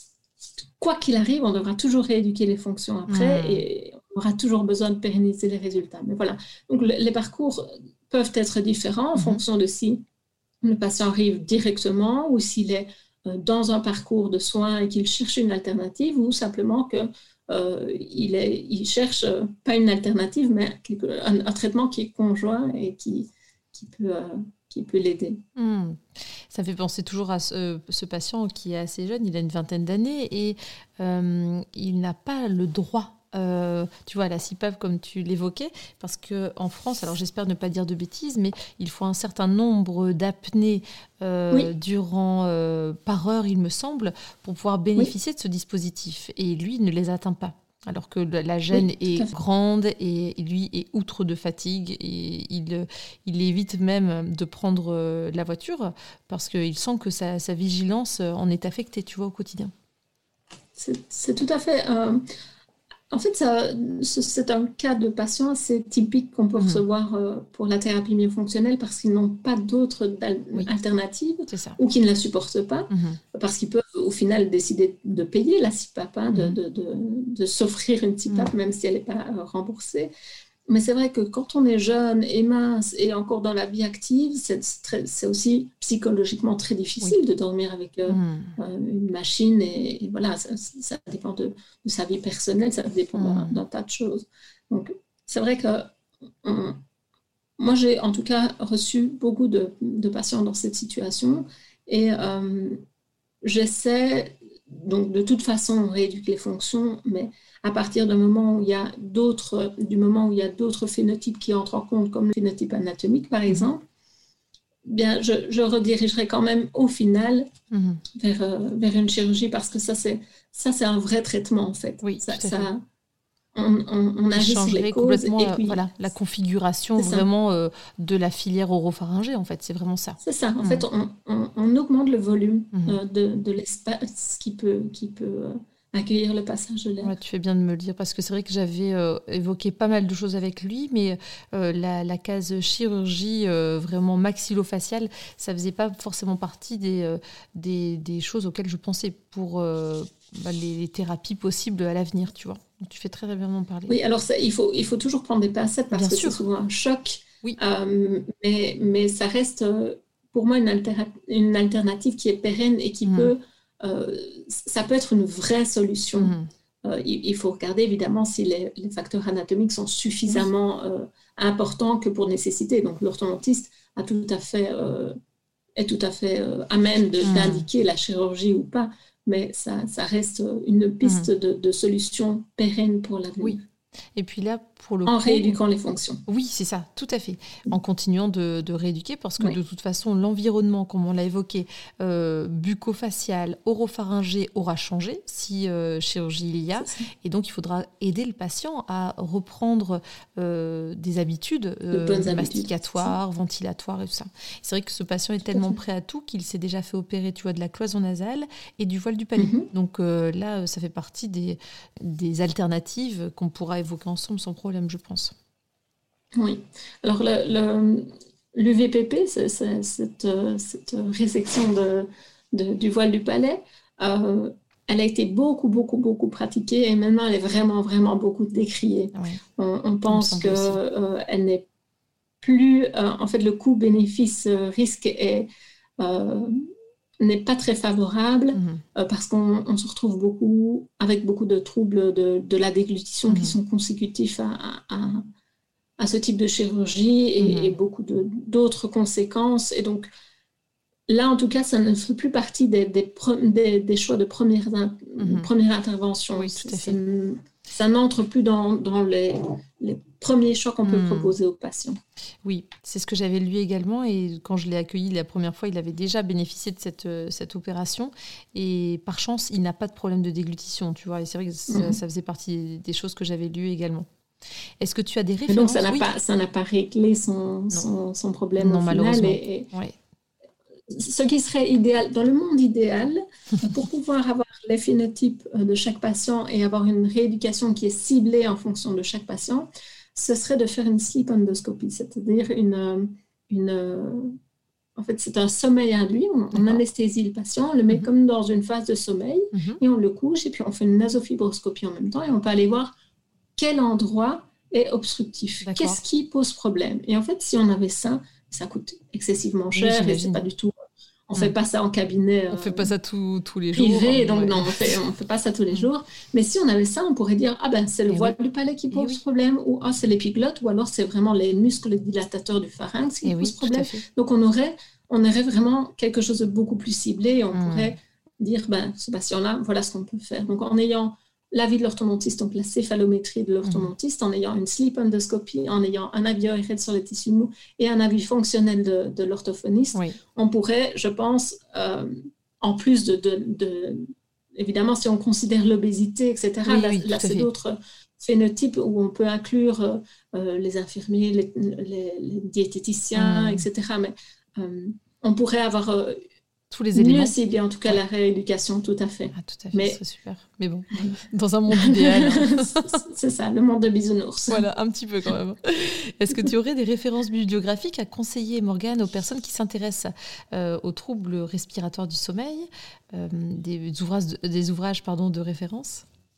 quoi qu'il arrive, on devra toujours rééduquer les fonctions après mmh. et on aura toujours besoin de pérenniser les résultats. Mais voilà, donc le, les parcours peuvent être différents en mmh. fonction de si le patient arrive directement ou s'il est euh, dans un parcours de soins et qu'il cherche une alternative ou simplement qu'il euh, il cherche euh, pas une alternative mais un, un traitement qui est conjoint et qui, qui peut... Euh, qui peut l'aider. Mmh. Ça fait penser toujours à ce, ce patient qui est assez jeune, il a une vingtaine d'années et euh, il n'a pas le droit, euh, tu vois, à la C PAP comme tu l'évoquais, parce qu'en France, alors j'espère ne pas dire de bêtises, mais il faut un certain nombre d'apnées euh, oui. durant, euh, par heure, il me semble, pour pouvoir bénéficier oui. de ce dispositif. Et lui, il ne les atteint pas. Alors que la gêne oui, est grande et lui est outre de fatigue et il, il évite même de prendre la voiture parce qu'il sent que sa, sa vigilance en est affectée, tu vois, au quotidien. C'est, c'est tout à fait... Euh, en fait, ça, c'est un cas de patient assez typique qu'on peut mmh. recevoir euh, pour la thérapie myofonctionnelle parce qu'ils n'ont pas d'autres oui. alternatives ou qu'ils ne la supportent pas mmh. parce qu'ils peuvent au final décider de payer la C PAP, hein, mmh. de, de, de, de s'offrir une C PAP mmh. même si elle n'est pas euh, remboursée. mais c'est vrai que quand on est jeune et mince et encore dans la vie active, c'est, très, c'est aussi psychologiquement très difficile oui. de dormir avec euh, mmh. euh, une machine. Et, et voilà, ça, ça dépend de, de sa vie personnelle, ça dépend mmh. d'un, d'un tas de choses. Donc, c'est vrai que on, moi, j'ai en tout cas reçu beaucoup de, de patients dans cette situation. Et euh, j'essaie, donc de toute façon, on rééduque les fonctions, mais à partir du moment où il y a d'autres, du moment où il y a d'autres phénotypes qui entrent en compte, comme le phénotype anatomique, par exemple, bien, je, je redirigerai quand même au final mm-hmm. vers, euh, vers une chirurgie, parce que ça, c'est, ça, c'est un vrai traitement, en fait. Oui, ça, tout à ça, fait. On, on, on agit sur les causes complètement et puis, euh, voilà, la configuration vraiment euh, de la filière oropharyngée, en fait, c'est vraiment ça. C'est ça, en mmh. fait, on, on, on augmente le volume mmh. euh, de, de l'espace qui peut, qui peut euh, accueillir le passage de l'air. Ouais, tu fais bien de me le dire, parce que c'est vrai que j'avais euh, évoqué pas mal de choses avec lui, mais euh, la, la case chirurgie euh, vraiment maxillofaciale, ça faisait pas forcément partie des, euh, des, des choses auxquelles je pensais pour euh, bah, les, les thérapies possibles à l'avenir, tu vois. Donc, tu fais très très bien d'en parler. Oui, alors ça, il, faut, il faut toujours prendre des pincettes parce bien que sûr. C'est souvent un choc, oui. euh, mais, mais ça reste pour moi une, alter- une alternative qui est pérenne et qui mmh. peut, euh, ça peut être une vraie solution. Mmh. Euh, il, il faut regarder évidemment si les, les facteurs anatomiques sont suffisamment euh, importants que pour nécessiter. Donc l'orthodontiste a tout à fait, euh, est tout à fait euh, à même de, mmh. d'indiquer la chirurgie ou pas. Mais ça, ça reste une piste mmh. de, de solution pérenne pour l'avenir. Oui. Et puis là, pour le en coup, rééduquant les fonctions. Oui, c'est ça, tout à fait. En continuant de, de rééduquer, parce que oui. de toute façon, l'environnement, comme on l'a évoqué, euh, bucco-facial, oropharyngé aura changé si euh, chirurgie il y a. Et donc, il faudra aider le patient à reprendre euh, des habitudes euh, masticatoires, ventilatoires et tout ça. C'est vrai que ce patient est tout tellement prêt à tout qu'il s'est déjà fait opérer, tu vois, de la cloison nasale et du voile du palais. Mm-hmm. Donc euh, là, ça fait partie des, des alternatives qu'on pourra évoquer ensemble sans problème, je pense. Oui. Alors, le, le, l'U V P P, c'est, c'est, cette, cette résection de, de, du voile du palais, euh, elle a été beaucoup, beaucoup, beaucoup pratiquée et maintenant, elle est vraiment, vraiment beaucoup décriée. Oui. On, on pense qu'elle euh, n'est plus... Euh, en fait, le coût-bénéfice-risque est... Euh, n'est pas très favorable mmh. euh, parce qu'on on se retrouve beaucoup avec beaucoup de troubles de, de la déglutition mmh. qui sont consécutifs à, à, à ce type de chirurgie et, mmh. et beaucoup de, d'autres conséquences. Et donc, là, en tout cas, ça ne fait plus partie des, des, des, des choix de première, mmh. première intervention. Oui, tout à fait. Ça n'entre plus dans, dans les, les premiers choix qu'on peut mmh. proposer aux patients. Oui, c'est ce que j'avais lu également. Et quand je l'ai accueilli la première fois, il avait déjà bénéficié de cette, cette opération. Et par chance, il n'a pas de problème de déglutition, tu vois. Et c'est vrai que ça, mmh. ça faisait partie des choses que j'avais lues également. Est-ce que tu as des références ? Mais donc, ça n'a, oui. pas, ça n'a pas réglé son, son, son problème non, au malheureusement. final. Et, et... Ouais. Ce qui serait idéal, dans le monde idéal, pour pouvoir avoir les phénotypes de chaque patient et avoir une rééducation qui est ciblée en fonction de chaque patient, ce serait de faire une sleep endoscopie, c'est-à-dire une, une, en fait, c'est un sommeil induit. On, on anesthésie le patient, on le met mm-hmm. comme dans une phase de sommeil mm-hmm. et on le couche et puis on fait une nasofibroscopie en même temps et on peut aller voir quel endroit est obstructif, D'accord. qu'est-ce qui pose problème. Et en fait, si on avait ça, ça coûte excessivement cher oui, et c'est pas du tout. On ne mmh. fait pas ça en cabinet. On ne euh, fait pas ça tout, tous les privé, jours. Privé, donc ouais. non, on ne fait, on fait pas ça tous les jours. Mais si on avait ça, on pourrait dire ah ben c'est le et voile oui. du palais qui pose oui. problème, ou ah c'est l'épiglotte, ou alors c'est vraiment les muscles dilatateurs du pharynx qui et posent oui, problème. Donc on aurait, on aurait vraiment quelque chose de beaucoup plus ciblé et on mmh. pourrait dire ben ce patient-là, voilà ce qu'on peut faire. Donc en ayant l'avis de l'orthodontiste, donc la céphalométrie de l'orthodontiste, mmh. en ayant une sleep endoscopie, en ayant un avis O R L sur les tissus mous et un avis fonctionnel de, de l'orthophoniste, oui. on pourrait, je pense, euh, en plus de, de, de... Évidemment, si on considère l'obésité, et cetera, oui, là, oui, là c'est fait. D'autres phénotypes où on peut inclure euh, les infirmiers, les, les, les diététiciens, mmh. et cetera. Mais euh, on pourrait avoir... Euh, tous les éléments. Mieux ciblé, en tout cas, ouais. la rééducation, tout à fait. Ah, tout à fait, mais... c'est super. Mais bon, dans un monde idéal. Hein. C'est ça, le monde de bisounours. Voilà, un petit peu quand même. Est-ce que tu aurais des références bibliographiques à conseiller, Morgane, aux personnes qui s'intéressent euh, aux troubles respiratoires du sommeil, euh, des ouvrages, de, des ouvrages pardon, de référence ?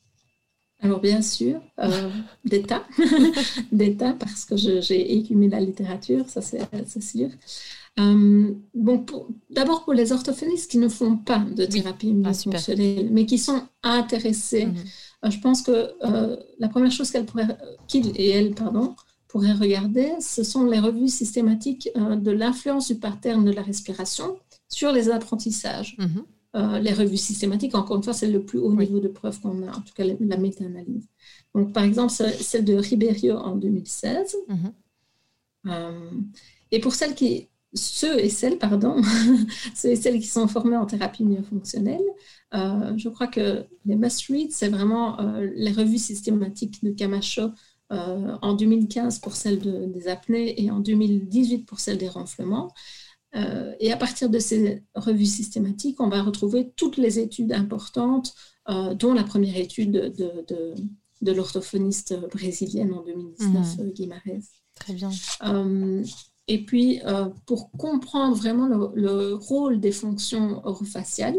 Alors bien sûr, euh, des tas, des tas, parce que je- j'ai écumé la littérature, ça c'est c'est sûr. Euh, bon, pour- d'abord pour les orthophonistes qui ne font pas de Oui. thérapie Ah, super. myofonctionnelle, mais qui sont intéressés, Mhm. euh, je pense que euh, la première chose qu'elle pourrait, qu'il et elle, pardon, pourraient regarder, ce sont les revues systématiques euh, de l'influence du pattern de la respiration sur les apprentissages. Mhm. Euh, les revues systématiques, encore une fois, c'est le plus haut Oui. niveau de preuve qu'on a, en tout cas la, la méta-analyse. Donc, par exemple, celle de Ribeiro en deux mille seize. Mhm. Euh, et pour celles qui, ceux et celles, pardon, ceux et celles qui sont formés en thérapie myofonctionnelle, euh, je crois que les must-read, c'est vraiment euh, les revues systématiques de Camacho euh, en deux mille quinze pour celles de, des apnées et en deux mille dix-huit pour celles des ronflements. Euh, et à partir de ces revues systématiques, on va retrouver toutes les études importantes, euh, dont la première étude de, de, de, de l'orthophoniste brésilienne en deux mille dix-neuf, mmh. Guimarães. Très bien. Euh, et puis, euh, pour comprendre vraiment le, le rôle des fonctions orofaciales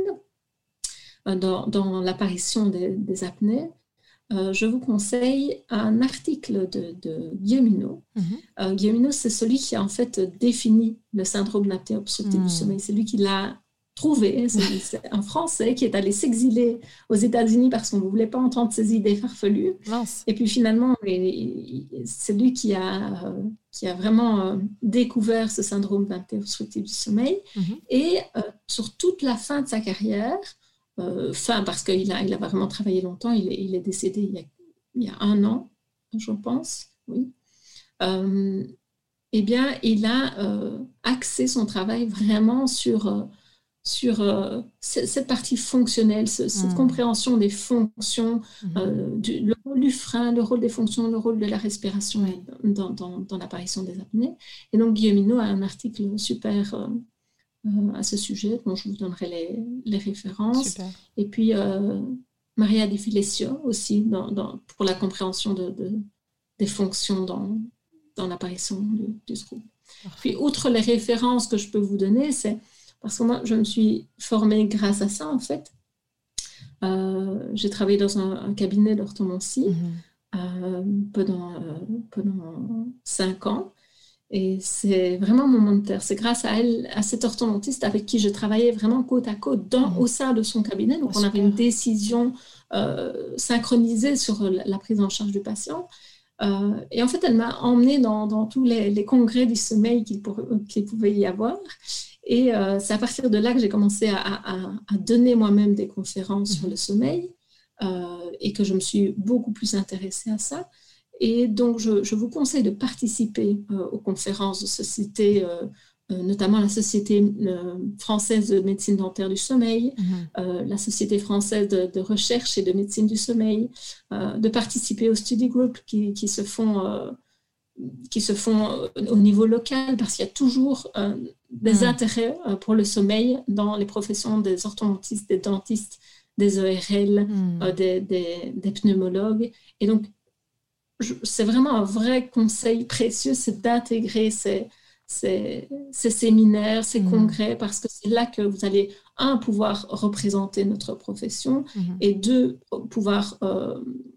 euh, dans, dans l'apparition des, des apnées, euh, je vous conseille un article de, de Guilleminot. Mm-hmm. Euh, Guilleminot, c'est celui qui a en fait défini le syndrome d'apnée obstructive mm. du sommeil. C'est lui qui l'a trouvé. C'est, c'est un Français qui est allé s'exiler aux États-Unis parce qu'on ne voulait pas entendre ses idées farfelues. Mince. Et puis finalement, c'est lui qui a, qui a vraiment découvert ce syndrome d'apnée obstructive du sommeil. Mm-hmm. Et euh, sur toute la fin de sa carrière, Euh, fin, parce qu'il a, il a vraiment travaillé longtemps, il est, il est décédé il y, a, il y a un an, je pense, oui. Euh, eh bien, il a euh, axé son travail vraiment sur, euh, sur euh, cette partie fonctionnelle, ce, cette mmh. compréhension des fonctions, mmh. euh, du, le rôle du frein, le rôle des fonctions, le rôle de la respiration mmh. dans, dans, dans l'apparition des apnées. Et donc, Guilleminot a un article super... Euh, Euh, à ce sujet, dont je vous donnerai les, les références. Super. Et puis, euh, Maria Di Filesio aussi, dans, dans, pour la compréhension de, de, des fonctions dans, dans l'apparition du, du trouble. Puis, outre les références que je peux vous donner, c'est parce que moi, je me suis formée grâce à ça, en fait. Euh, j'ai travaillé dans un, un cabinet d'orthodontie mm-hmm. euh, pendant, euh, pendant cinq ans. Et c'est vraiment mon mentor. C'est grâce à elle, à cet orthodontiste avec qui je travaillais vraiment côte à côte dans, mmh. au sein de son cabinet. Donc, oh, on avait une décision euh, synchronisée sur la, la prise en charge du patient. Euh, et en fait, elle m'a emmenée dans, dans tous les, les congrès du sommeil qu'il, pour, qu'il pouvait y avoir. Et euh, c'est à partir de là que j'ai commencé à, à, à donner moi-même des conférences mmh. sur le sommeil euh, et que je me suis beaucoup plus intéressée à ça. Et donc, je, je vous conseille de participer euh, aux conférences de sociétés, euh, euh, notamment la Société euh, française de médecine dentaire du sommeil, mmh. euh, la Société française de, de recherche et de médecine du sommeil, euh, de participer aux study groups qui, qui se font, euh, qui se font au niveau local, parce qu'il y a toujours euh, des mmh. intérêts euh, pour le sommeil dans les professions des orthodontistes, des dentistes, des E R L, mmh. euh, des, des, des pneumologues. Et donc, c'est vraiment un vrai conseil précieux, c'est d'intégrer ces, ces, ces séminaires, ces mmh. congrès, parce que c'est là que vous allez, un, pouvoir représenter notre profession, mmh. et deux, pouvoir euh,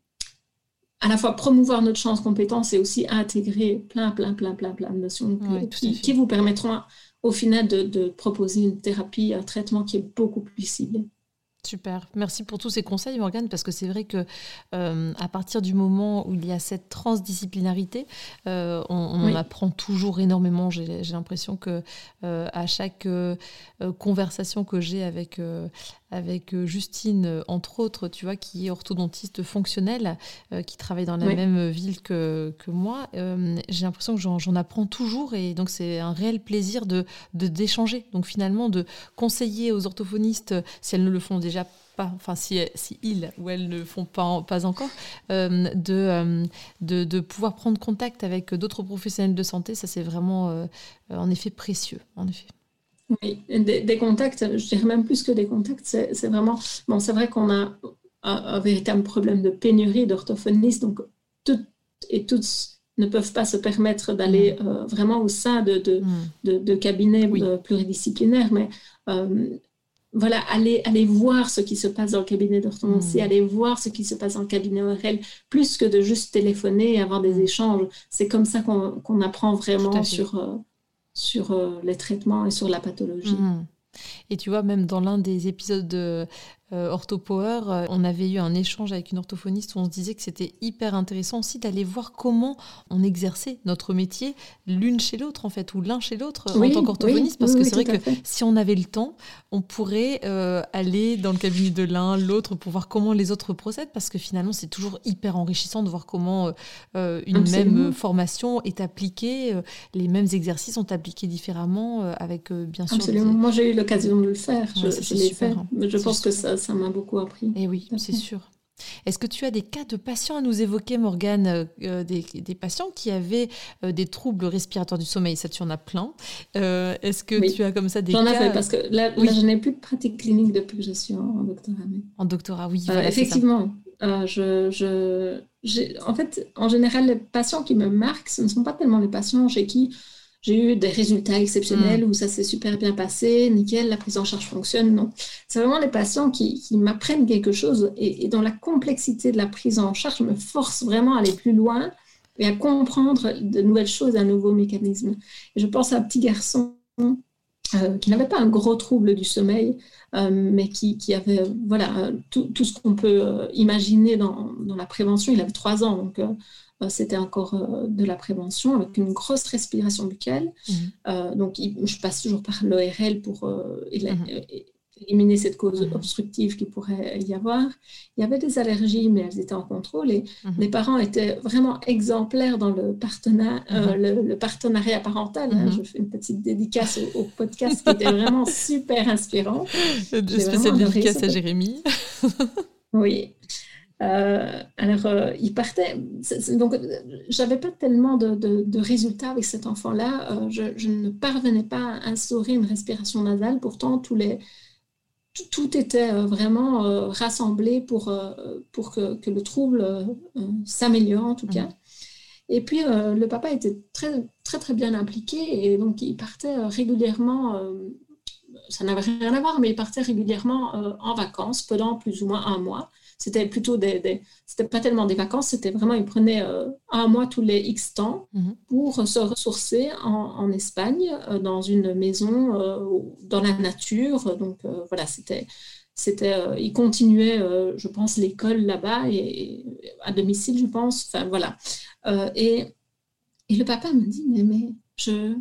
à la fois promouvoir notre champ de compétences et aussi intégrer plein, plein, plein, plein, plein de notions ouais, qui, qui vous permettront au final de, de proposer une thérapie, un traitement qui est beaucoup plus ciblé. Super, merci pour tous ces conseils Morgane, parce que c'est vrai que euh, à partir du moment où il y a cette transdisciplinarité, euh, on, on oui. en apprend toujours énormément. J'ai, j'ai l'impression que euh, à chaque euh, conversation que j'ai avec euh, avec Justine, entre autres, tu vois, qui est orthodontiste fonctionnelle, euh, qui travaille dans la oui. même ville que, que moi, euh, j'ai l'impression que j'en, j'en apprends toujours, et donc c'est un réel plaisir de, de, d'échanger. Donc finalement, de conseiller aux orthophonistes, si elles ne le font déjà pas, enfin si, si ils ou elles ne le font pas, pas encore, euh, de, euh, de, de pouvoir prendre contact avec d'autres professionnels de santé, ça c'est vraiment euh, en effet précieux, en effet. Oui, des, des contacts, je dirais même plus que des contacts, c'est, c'est vraiment... Bon, c'est vrai qu'on a un, un véritable problème de pénurie d'orthophonistes, donc toutes et toutes ne peuvent pas se permettre d'aller mmh. euh, vraiment au sein de, de, mmh. de, de cabinets oui. euh, pluridisciplinaires, mais euh, voilà, aller, aller voir ce qui se passe dans le cabinet d'orthodontie, Mmh. aller voir ce qui se passe dans le cabinet O R L, plus que de juste téléphoner et avoir des Mmh. échanges. C'est comme ça qu'on, qu'on apprend Tout à vraiment fait. sur, euh, sur euh, les traitements et sur la pathologie. Mmh. Et tu vois, même dans l'un des épisodes de euh, OrthoPower, euh, on avait eu un échange avec une orthophoniste où on se disait que c'était hyper intéressant aussi d'aller voir comment on exerçait notre métier l'une chez l'autre, en fait, ou l'un chez l'autre Oui, en tant qu'orthophoniste. oui, Parce oui, que oui, c'est vrai tout à que fait. si on avait le temps, on pourrait euh, aller dans le cabinet de l'un, l'autre, pour voir comment les autres procèdent. Parce que finalement, c'est toujours hyper enrichissant de voir comment euh, une Absolument. même formation est appliquée, euh, les mêmes exercices sont appliqués différemment, euh, avec euh, bien sûr Absolument. des... Moi, j'ai eu l'occasion de le faire. Ouais, Je, ça, je c'est l'ai super, fait. hein. Mais je C'est pense que super. ça, ça m'a beaucoup appris. Et oui, Tout à c'est fait. sûr. Est-ce que tu as des cas de patients à nous évoquer, Morgane, euh, des, des patients qui avaient euh, des troubles respiratoires du sommeil? Ça, tu en as plein. Euh, est-ce que Oui, tu as comme ça des j'en avais cas parce que là, là, Oui, je n'ai plus de pratique clinique depuis que je suis en, en doctorat. Mais, en doctorat, oui, euh, voilà, c'est ça. effectivement, euh, je, je, j'ai- en fait, en général, les patients qui me marquent, ce ne sont pas tellement les patients chez qui j'ai eu des résultats exceptionnels, Hmm. où ça s'est super bien passé, nickel, la prise en charge fonctionne. Non, c'est vraiment les patients qui, qui m'apprennent quelque chose et, et dont la complexité de la prise en charge me force vraiment à aller plus loin et à comprendre de nouvelles choses, un nouveau mécanisme. Et je pense à un petit garçon euh, qui n'avait pas un gros trouble du sommeil, euh, mais qui, qui avait euh, voilà, euh, tout, tout ce qu'on peut euh, imaginer dans, dans la prévention. Il avait trois ans, donc euh, euh, c'était encore euh, de la prévention, avec une grosse respiration buccale. Mhm. Euh, donc il, je passe toujours par l'O R L pour euh, éla- Mhm. euh, éliminer cette cause Mhm. obstructive qu'il pourrait y avoir. Il y avait des allergies, mais elles étaient en contrôle. Et Mhm. les parents étaient vraiment exemplaires dans le, partenariat, euh, Mhm. le, le partenariat parental. Hein. Mhm. Je fais une petite dédicace au, au podcast qui était vraiment super inspirant. J'ai vraiment Spéciale adoré dédicace ce à pod- Jérémy. Oui. Euh, alors, euh, il partait. c'est- c'est- donc, euh, j'avais pas tellement de, de- de résultats avec cet enfant-là. Euh, je, je ne parvenais pas à instaurer une respiration nasale. Pourtant, tous les, tout, tout était euh, vraiment euh, rassemblé pour, euh, pour que, que le trouble euh, euh, s'améliore, en tout cas. Mhm. Et puis, euh, le papa était très, très, très bien impliqué. Et donc, il partait euh, régulièrement. euh, ça n'avait rien à voir, mais il partait régulièrement euh, en vacances pendant plus ou moins un mois. C'était plutôt des, des c'était pas tellement des vacances, c'était vraiment, il prenait euh, un mois tous les X temps Mhm. pour se ressourcer en, en Espagne, euh, dans une maison, euh, dans la nature. Donc euh, voilà, c'était, c'était, euh, il continuait, euh, je pense, l'école là-bas et, et à domicile, je pense. Enfin voilà. Euh, et, et le papa me dit, mais, mais je,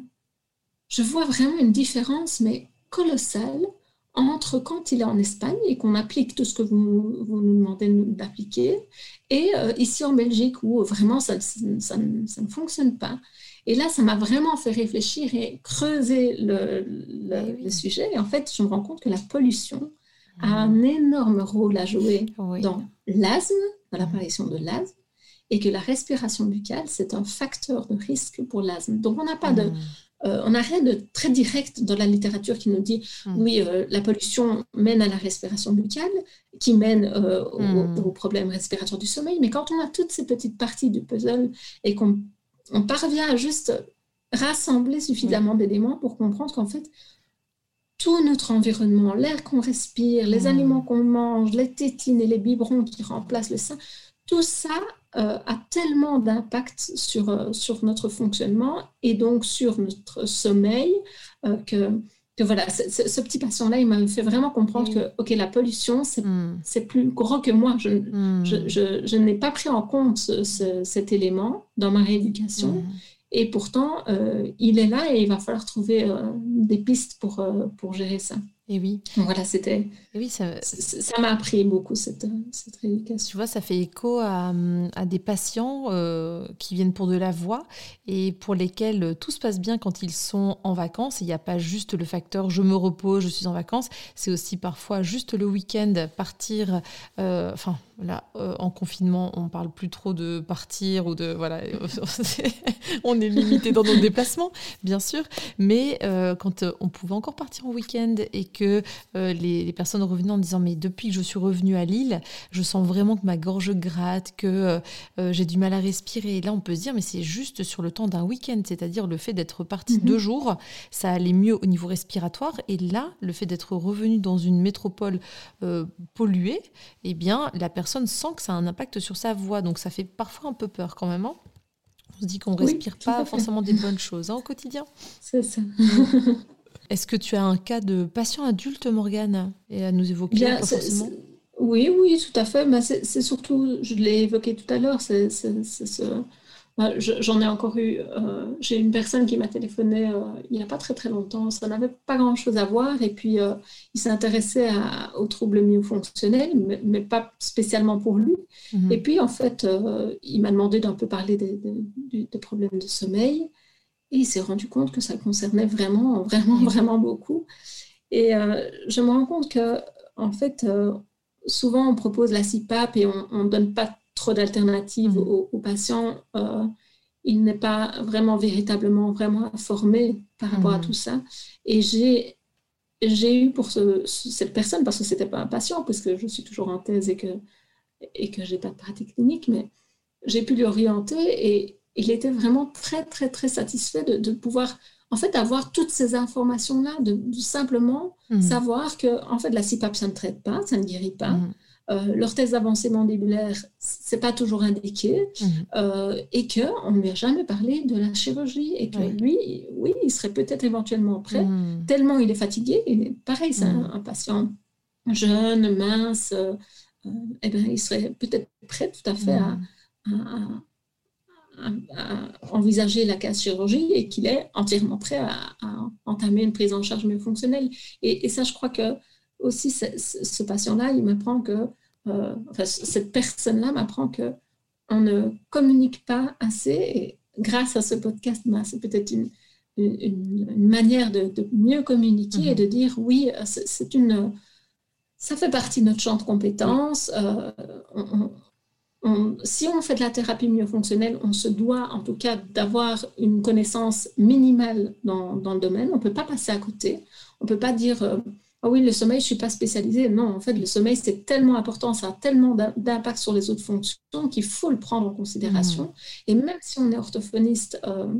je vois vraiment une différence, mais colossale, entre quand il est en Espagne et qu'on applique tout ce que vous, vous nous demandez d'appliquer, et euh, ici en Belgique où vraiment ça, ça, ça, ça ne fonctionne pas. Et là, ça m'a vraiment fait réfléchir et creuser le, le, Eh le oui. sujet. Et en fait, je me rends compte que la pollution a Mhm. un énorme rôle à jouer Oui. dans l'asthme, dans Mhm. l'apparition de l'asthme, et que la respiration buccale, c'est un facteur de risque pour l'asthme. Donc, on n'a pas de... Mhm. Euh, on n'a rien de très direct dans la littérature qui nous dit Mhm. oui, euh, la pollution mène à la respiration buccale, qui mène euh, au, Mhm. au problème respiratoire du sommeil. Mais quand on a toutes ces petites parties du puzzle et qu'on on parvient à juste rassembler suffisamment Oui. d'éléments pour comprendre qu'en fait, tout notre environnement, l'air qu'on respire, les Mhm. aliments qu'on mange, les tétines et les biberons qui remplacent le sein, tout ça euh, a tellement d'impact sur, euh, sur notre fonctionnement et donc sur notre sommeil euh, que, que voilà, ce, ce, ce petit patient-là, il m'a fait vraiment comprendre Eh oui. que ok, la pollution, c'est Mhm. c'est plus gros que moi. Je, Mhm. je, je, je n'ai pas pris en compte ce, ce, cet élément dans ma rééducation. Mhm. Et pourtant, euh, il est là et il va falloir trouver euh, des pistes pour, euh, pour gérer ça. Et oui. Donc voilà, c'était, Et oui, ça, c- ça m'a appris beaucoup cette, cette tu rééducation. vois, ça fait écho à, à des patients euh, qui viennent pour de la voix et pour lesquels tout se passe bien quand ils sont en vacances. Il n'y a pas juste le facteur je me repose, je suis en vacances. C'est aussi parfois juste le week-end partir, euh, enfin Là, euh, en confinement, on parle plus trop de partir ou de voilà, on est limité dans nos déplacements, bien sûr. Mais euh, quand euh, on pouvait encore partir en week-end et que euh, les, les personnes revenaient en disant mais depuis que je suis revenue à Lille, je sens vraiment que ma gorge gratte, que euh, j'ai du mal à respirer. Et là, on peut se dire mais c'est juste sur le temps d'un week-end, c'est-à-dire le fait d'être parti mm-hmm. deux jours, ça allait mieux au niveau respiratoire. Et là, le fait d'être revenu dans une métropole euh, polluée, eh bien, la personne personne sent que ça a un impact sur sa voix. Donc, ça fait parfois un peu peur quand même. Hein. On se dit qu'on ne oui, respire pas forcément des bonnes choses hein, au quotidien. C'est ça. Est-ce que tu as un cas de patient adulte, Morgane, et à nous évoquer Bien, pas c'est, forcément c'est... Oui, oui, tout à fait. Mais c'est, c'est surtout, je l'ai évoqué tout à l'heure, c'est, c'est, c'est ce... J'en ai encore eu, euh, j'ai une personne qui m'a téléphoné euh, il n'y a pas très très longtemps, ça n'avait pas grand chose à voir et puis euh, il s'est intéressé à, aux troubles myofonctionnels, mais, mais pas spécialement pour lui. Mm-hmm. Et puis en fait, euh, il m'a demandé d'un peu parler des, des, des problèmes de sommeil et il s'est rendu compte que ça concernait vraiment, vraiment, vraiment beaucoup. Et euh, je me rends compte que en fait, euh, souvent on propose la C PAP et on ne donne pas trop d'alternatives mmh. aux, aux patients, euh, il n'est pas vraiment véritablement vraiment informé par rapport mmh. à tout ça. Et j'ai, j'ai eu pour ce, cette personne, parce que ce n'était pas un patient, parce que je suis toujours en thèse et que, et que je n'ai pas de pratique clinique, mais j'ai pu l'orienter et il était vraiment très, très, très satisfait de, de pouvoir en fait avoir toutes ces informations-là, de, de simplement mmh. savoir que en fait, la C PAP, ça ne traite pas, ça ne guérit pas. Mmh. Euh, l'orthèse d'avancée mandibulaire, c'est pas toujours indiqué, mmh. euh, et qu'on ne lui a jamais parlé de la chirurgie, et que oui. lui, oui, il serait peut-être éventuellement prêt, mmh. tellement il est fatigué. Et pareil, c'est mmh. un, un patient jeune, mince, euh, euh, eh bien, il serait peut-être prêt tout à fait mmh. à, à, à, à envisager la case chirurgie et qu'il est entièrement prêt à, à entamer une prise en charge fonctionnelle. Et, et ça, je crois que aussi, ce, ce patient-là, il m'apprend que, euh, enfin, cette personne-là m'apprend qu'on ne communique pas assez. Et grâce à ce podcast, ben, c'est peut-être une, une, une manière de, de mieux communiquer mmh. et de dire oui, c'est, c'est une, ça fait partie de notre champ de compétences. Mmh. Euh, on, on, si on fait de la thérapie myofonctionnelle, on se doit en tout cas d'avoir une connaissance minimale dans, dans le domaine. On ne peut pas passer à côté. On ne peut pas dire... Euh, Ah oui, le sommeil, je ne suis pas spécialisée. Non, en fait, le sommeil, c'est tellement important, ça a tellement d'impact sur les autres fonctions qu'il faut le prendre en considération. Mmh. Et même si on est orthophoniste euh,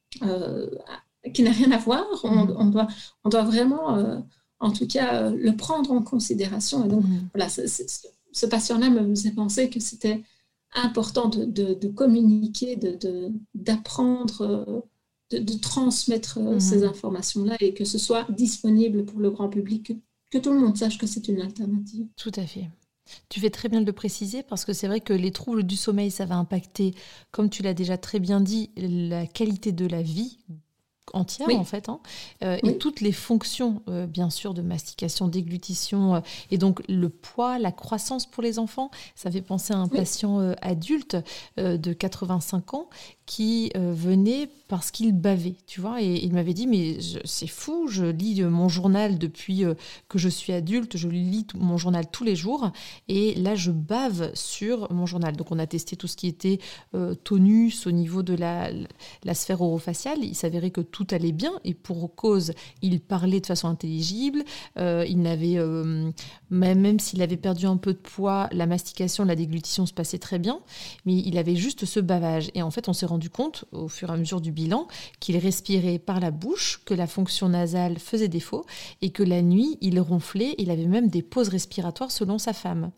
euh, qui n'a rien à voir, on, mmh. on, doit, on doit vraiment, euh, en tout cas, euh, le prendre en considération. Et donc, mmh. voilà, c'est, c'est, ce patient-là me faisait penser que c'était important de, de, de communiquer, de, de, d'apprendre... Euh, De, de transmettre mmh. ces informations-là et que ce soit disponible pour le grand public, que, que tout le monde sache que c'est une alternative. Tout à fait. Tu fais très bien de le préciser parce que c'est vrai que les troubles du sommeil, ça va impacter, comme tu l'as déjà très bien dit, la qualité de la vie entière oui. en fait, hein, euh, oui. et toutes les fonctions, euh, bien sûr, de mastication, déglutition, euh, et donc le poids, la croissance pour les enfants. Ça fait penser à un oui. patient euh, adulte euh, de quatre-vingt-cinq ans qui euh, venait parce qu'il bavait, tu vois, et il m'avait dit, mais je, c'est fou, je lis euh, mon journal depuis euh, que je suis adulte, je lis tout, mon journal tous les jours, et là, je bave sur mon journal. Donc, on a testé tout ce qui était euh, tonus au niveau de la, la sphère orofaciale. Il s'avérait que tout allait bien, et pour cause, il parlait de façon intelligible, euh, il n'avait, euh, même, même s'il avait perdu un peu de poids, la mastication, la déglutition se passait très bien, mais il avait juste ce bavage. Et en fait, on s'est rendu compte, au fur et à mesure du bilan, qu'il respirait par la bouche, que la fonction nasale faisait défaut, et que la nuit, il ronflait, il avait même des pauses respiratoires selon sa femme.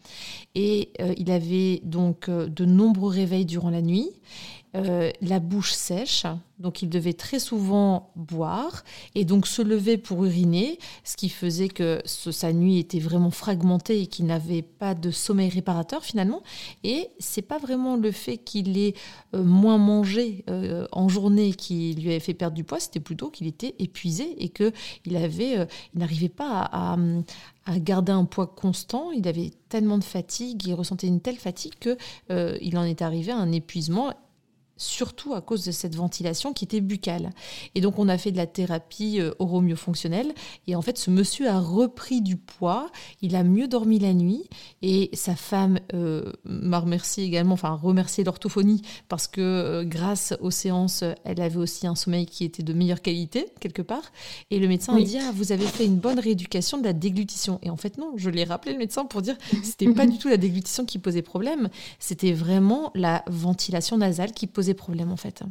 Et euh, il avait donc euh, de nombreux réveils durant la nuit, Euh, la bouche sèche, donc il devait très souvent boire et donc se lever pour uriner, ce qui faisait que ce, sa nuit était vraiment fragmentée et qu'il n'avait pas de sommeil réparateur finalement. Et c'est pas vraiment le fait qu'il ait euh, moins mangé euh, en journée qui lui avait fait perdre du poids, c'était plutôt qu'il était épuisé et qu'il avait, euh, il n'arrivait pas à, à à garder un poids constant. Il avait tellement de fatigue, il ressentait une telle fatigue qu'il euh, en est arrivé à un épuisement surtout à cause de cette ventilation qui était buccale. Et donc on a fait de la thérapie euh, oromyofonctionnelle et en fait ce monsieur a repris du poids, il a mieux dormi la nuit et sa femme euh, m'a remercié également, enfin remercié l'orthophonie parce que euh, grâce aux séances, elle avait aussi un sommeil qui était de meilleure qualité quelque part. Et le médecin oui. a dit ah, vous avez fait une bonne rééducation de la déglutition. Et en fait non, je l'ai rappelé le médecin pour dire que c'était pas du tout la déglutition qui posait problème, c'était vraiment la ventilation nasale qui posait problème en fait.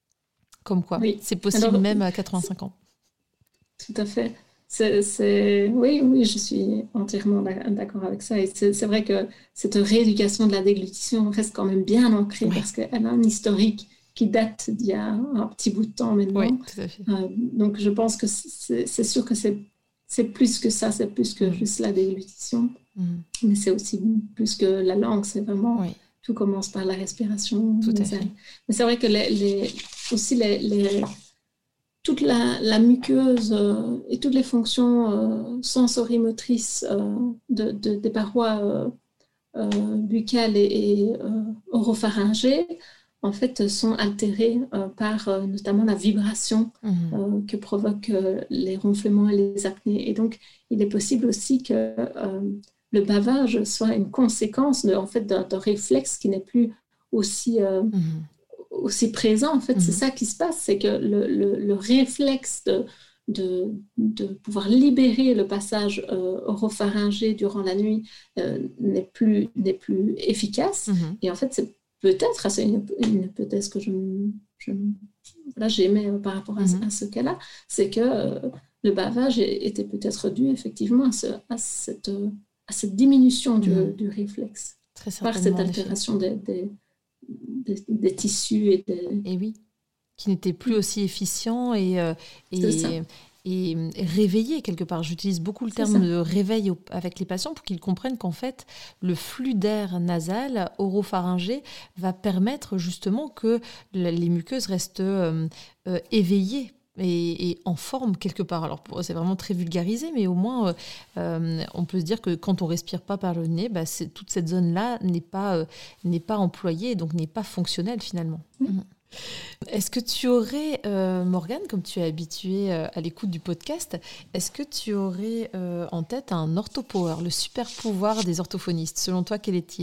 Comme quoi, oui. c'est possible Alors, même à quatre-vingt-cinq ans. Tout à fait. C'est, c'est... Oui, oui, je suis entièrement d'accord avec ça. Et c'est, c'est vrai que cette rééducation de la déglutition reste quand même bien ancrée oui. parce qu'elle a un historique qui date d'il y a un petit bout de temps maintenant. Oui, tout à fait. Euh, donc je pense que c'est, c'est sûr que c'est, c'est plus que ça, c'est plus que mmh. juste la déglutition. Mmh. Mais c'est aussi plus que la langue, c'est vraiment... Oui. Tout commence par la respiration. Tout à fait. Mais c'est vrai que les, les, aussi les, les, toute la, la muqueuse euh, et toutes les fonctions euh, sensorimotrices euh, de, de, des parois euh, euh, buccales et, et euh, oropharyngées en fait sont altérées euh, par euh, notamment la vibration mmh. euh, que provoquent euh, les ronflements et les apnées. Et donc il est possible aussi que euh, le bavage soit une conséquence de, en fait, d'un, d'un réflexe qui n'est plus aussi, euh, mmh. aussi présent. En fait, mmh. c'est ça qui se passe, c'est que le, le, le réflexe de, de, de pouvoir libérer le passage euh, oropharyngé durant la nuit euh, n'est, plus, n'est plus efficace. Mmh. Et en fait, c'est peut-être, c'est une, une hypothèse que je, je, là, j'émets par rapport à, mmh. à ce cas-là, c'est que euh, le bavage était peut-être dû effectivement à, ce, à cette... à cette diminution du, mmh. du réflexe, Très par cette altération des, des, des, des tissus. Et, des... et oui, qui n'était plus aussi efficient et, euh, et, et réveillé quelque part. J'utilise beaucoup le terme de réveil au, avec les patients pour qu'ils comprennent qu'en fait, le flux d'air nasal, oropharyngé, va permettre justement que les muqueuses restent euh, euh, éveillées. Et, et en forme quelque part. Alors c'est vraiment très vulgarisé, mais au moins euh, on peut se dire que quand on respire pas par le nez, bah, c'est, toute cette zone-là n'est pas, euh, n'est pas employée, donc n'est pas fonctionnelle finalement. Mmh. Mmh. Est-ce que tu aurais, euh, Morgane, comme tu es habituée euh, à l'écoute du podcast, est-ce que tu aurais euh, en tête un orthopower, le super pouvoir des orthophonistes? Selon toi, quel est-il ?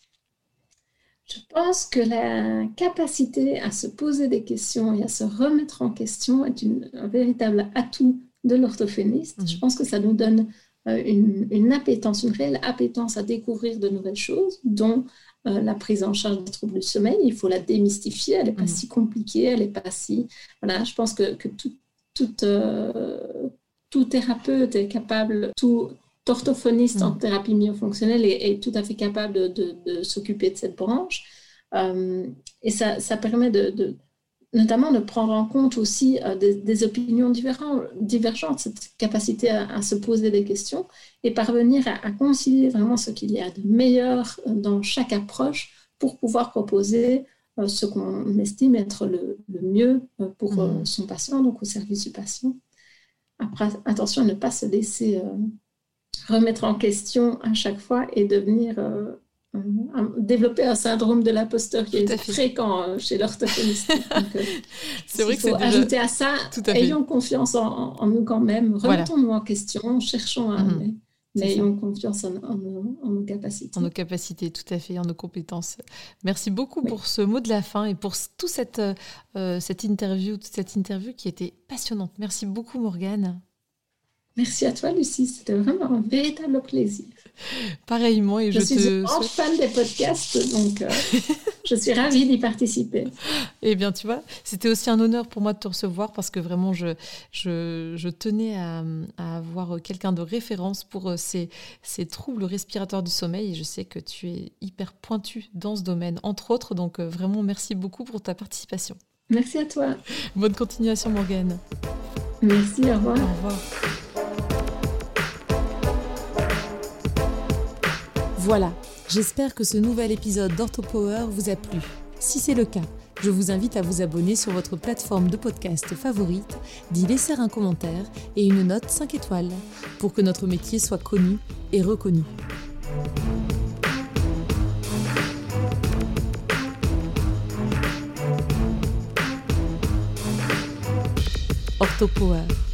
Je pense que la capacité à se poser des questions et à se remettre en question est une, un véritable atout de l'orthophoniste. Mmh. Je pense que ça nous donne euh, une, une appétence, une réelle appétence à découvrir de nouvelles choses, dont euh, la prise en charge des troubles du sommeil. Il faut la démystifier, elle n'est pas mmh. si compliquée, elle n'est pas si... Voilà, je pense que, que tout, tout, euh, tout thérapeute est capable, tout orthophoniste mmh. en thérapie myofonctionnelle est, est tout à fait capable de, de, de s'occuper de cette branche. Euh, et ça, ça permet de, de, notamment de prendre en compte aussi euh, des, des opinions divergentes, cette capacité à, à se poser des questions et parvenir à, à concilier vraiment ce qu'il y a de meilleur dans chaque approche pour pouvoir proposer euh, ce qu'on estime être le, le mieux pour mmh. euh, son patient, donc au service du patient. Après, attention à ne pas se laisser... Euh, remettre en question à chaque fois et devenir euh, un, un, développer un syndrome de l'imposteur qui est fréquent euh, chez l'orthophoniste. Donc, euh, c'est vrai il que faut c'est ajouter déjà... à ça, à ayons confiance en, en, en nous quand même, remettons-nous voilà. en question, cherchons à, mmh. mais, mais ayons confiance en, en, en nos capacités. En nos capacités, tout à fait, en nos compétences. Merci beaucoup oui. pour ce mot de la fin et pour toute cette, euh, cette interview, toute cette interview qui était passionnante. Merci beaucoup, Morgane. Merci à toi, Lucie. C'était vraiment un véritable plaisir. Pareillement. Et je, je suis te une grande souhaite... fan des podcasts, donc euh, je suis ravie d'y participer. Eh bien, tu vois, c'était aussi un honneur pour moi de te recevoir parce que vraiment, je, je, je tenais à, à avoir quelqu'un de référence pour ces, ces troubles respiratoires du sommeil. Et je sais que tu es hyper pointue dans ce domaine, entre autres. Donc, vraiment, merci beaucoup pour ta participation. Merci à toi. Bonne continuation, Morgane. Merci, au revoir. Au revoir. Voilà, j'espère que ce nouvel épisode d'OrthoPower vous a plu. Si c'est le cas, je vous invite à vous abonner sur votre plateforme de podcast favorite, d'y laisser un commentaire et une note cinq étoiles pour que notre métier soit connu et reconnu. Orthopower.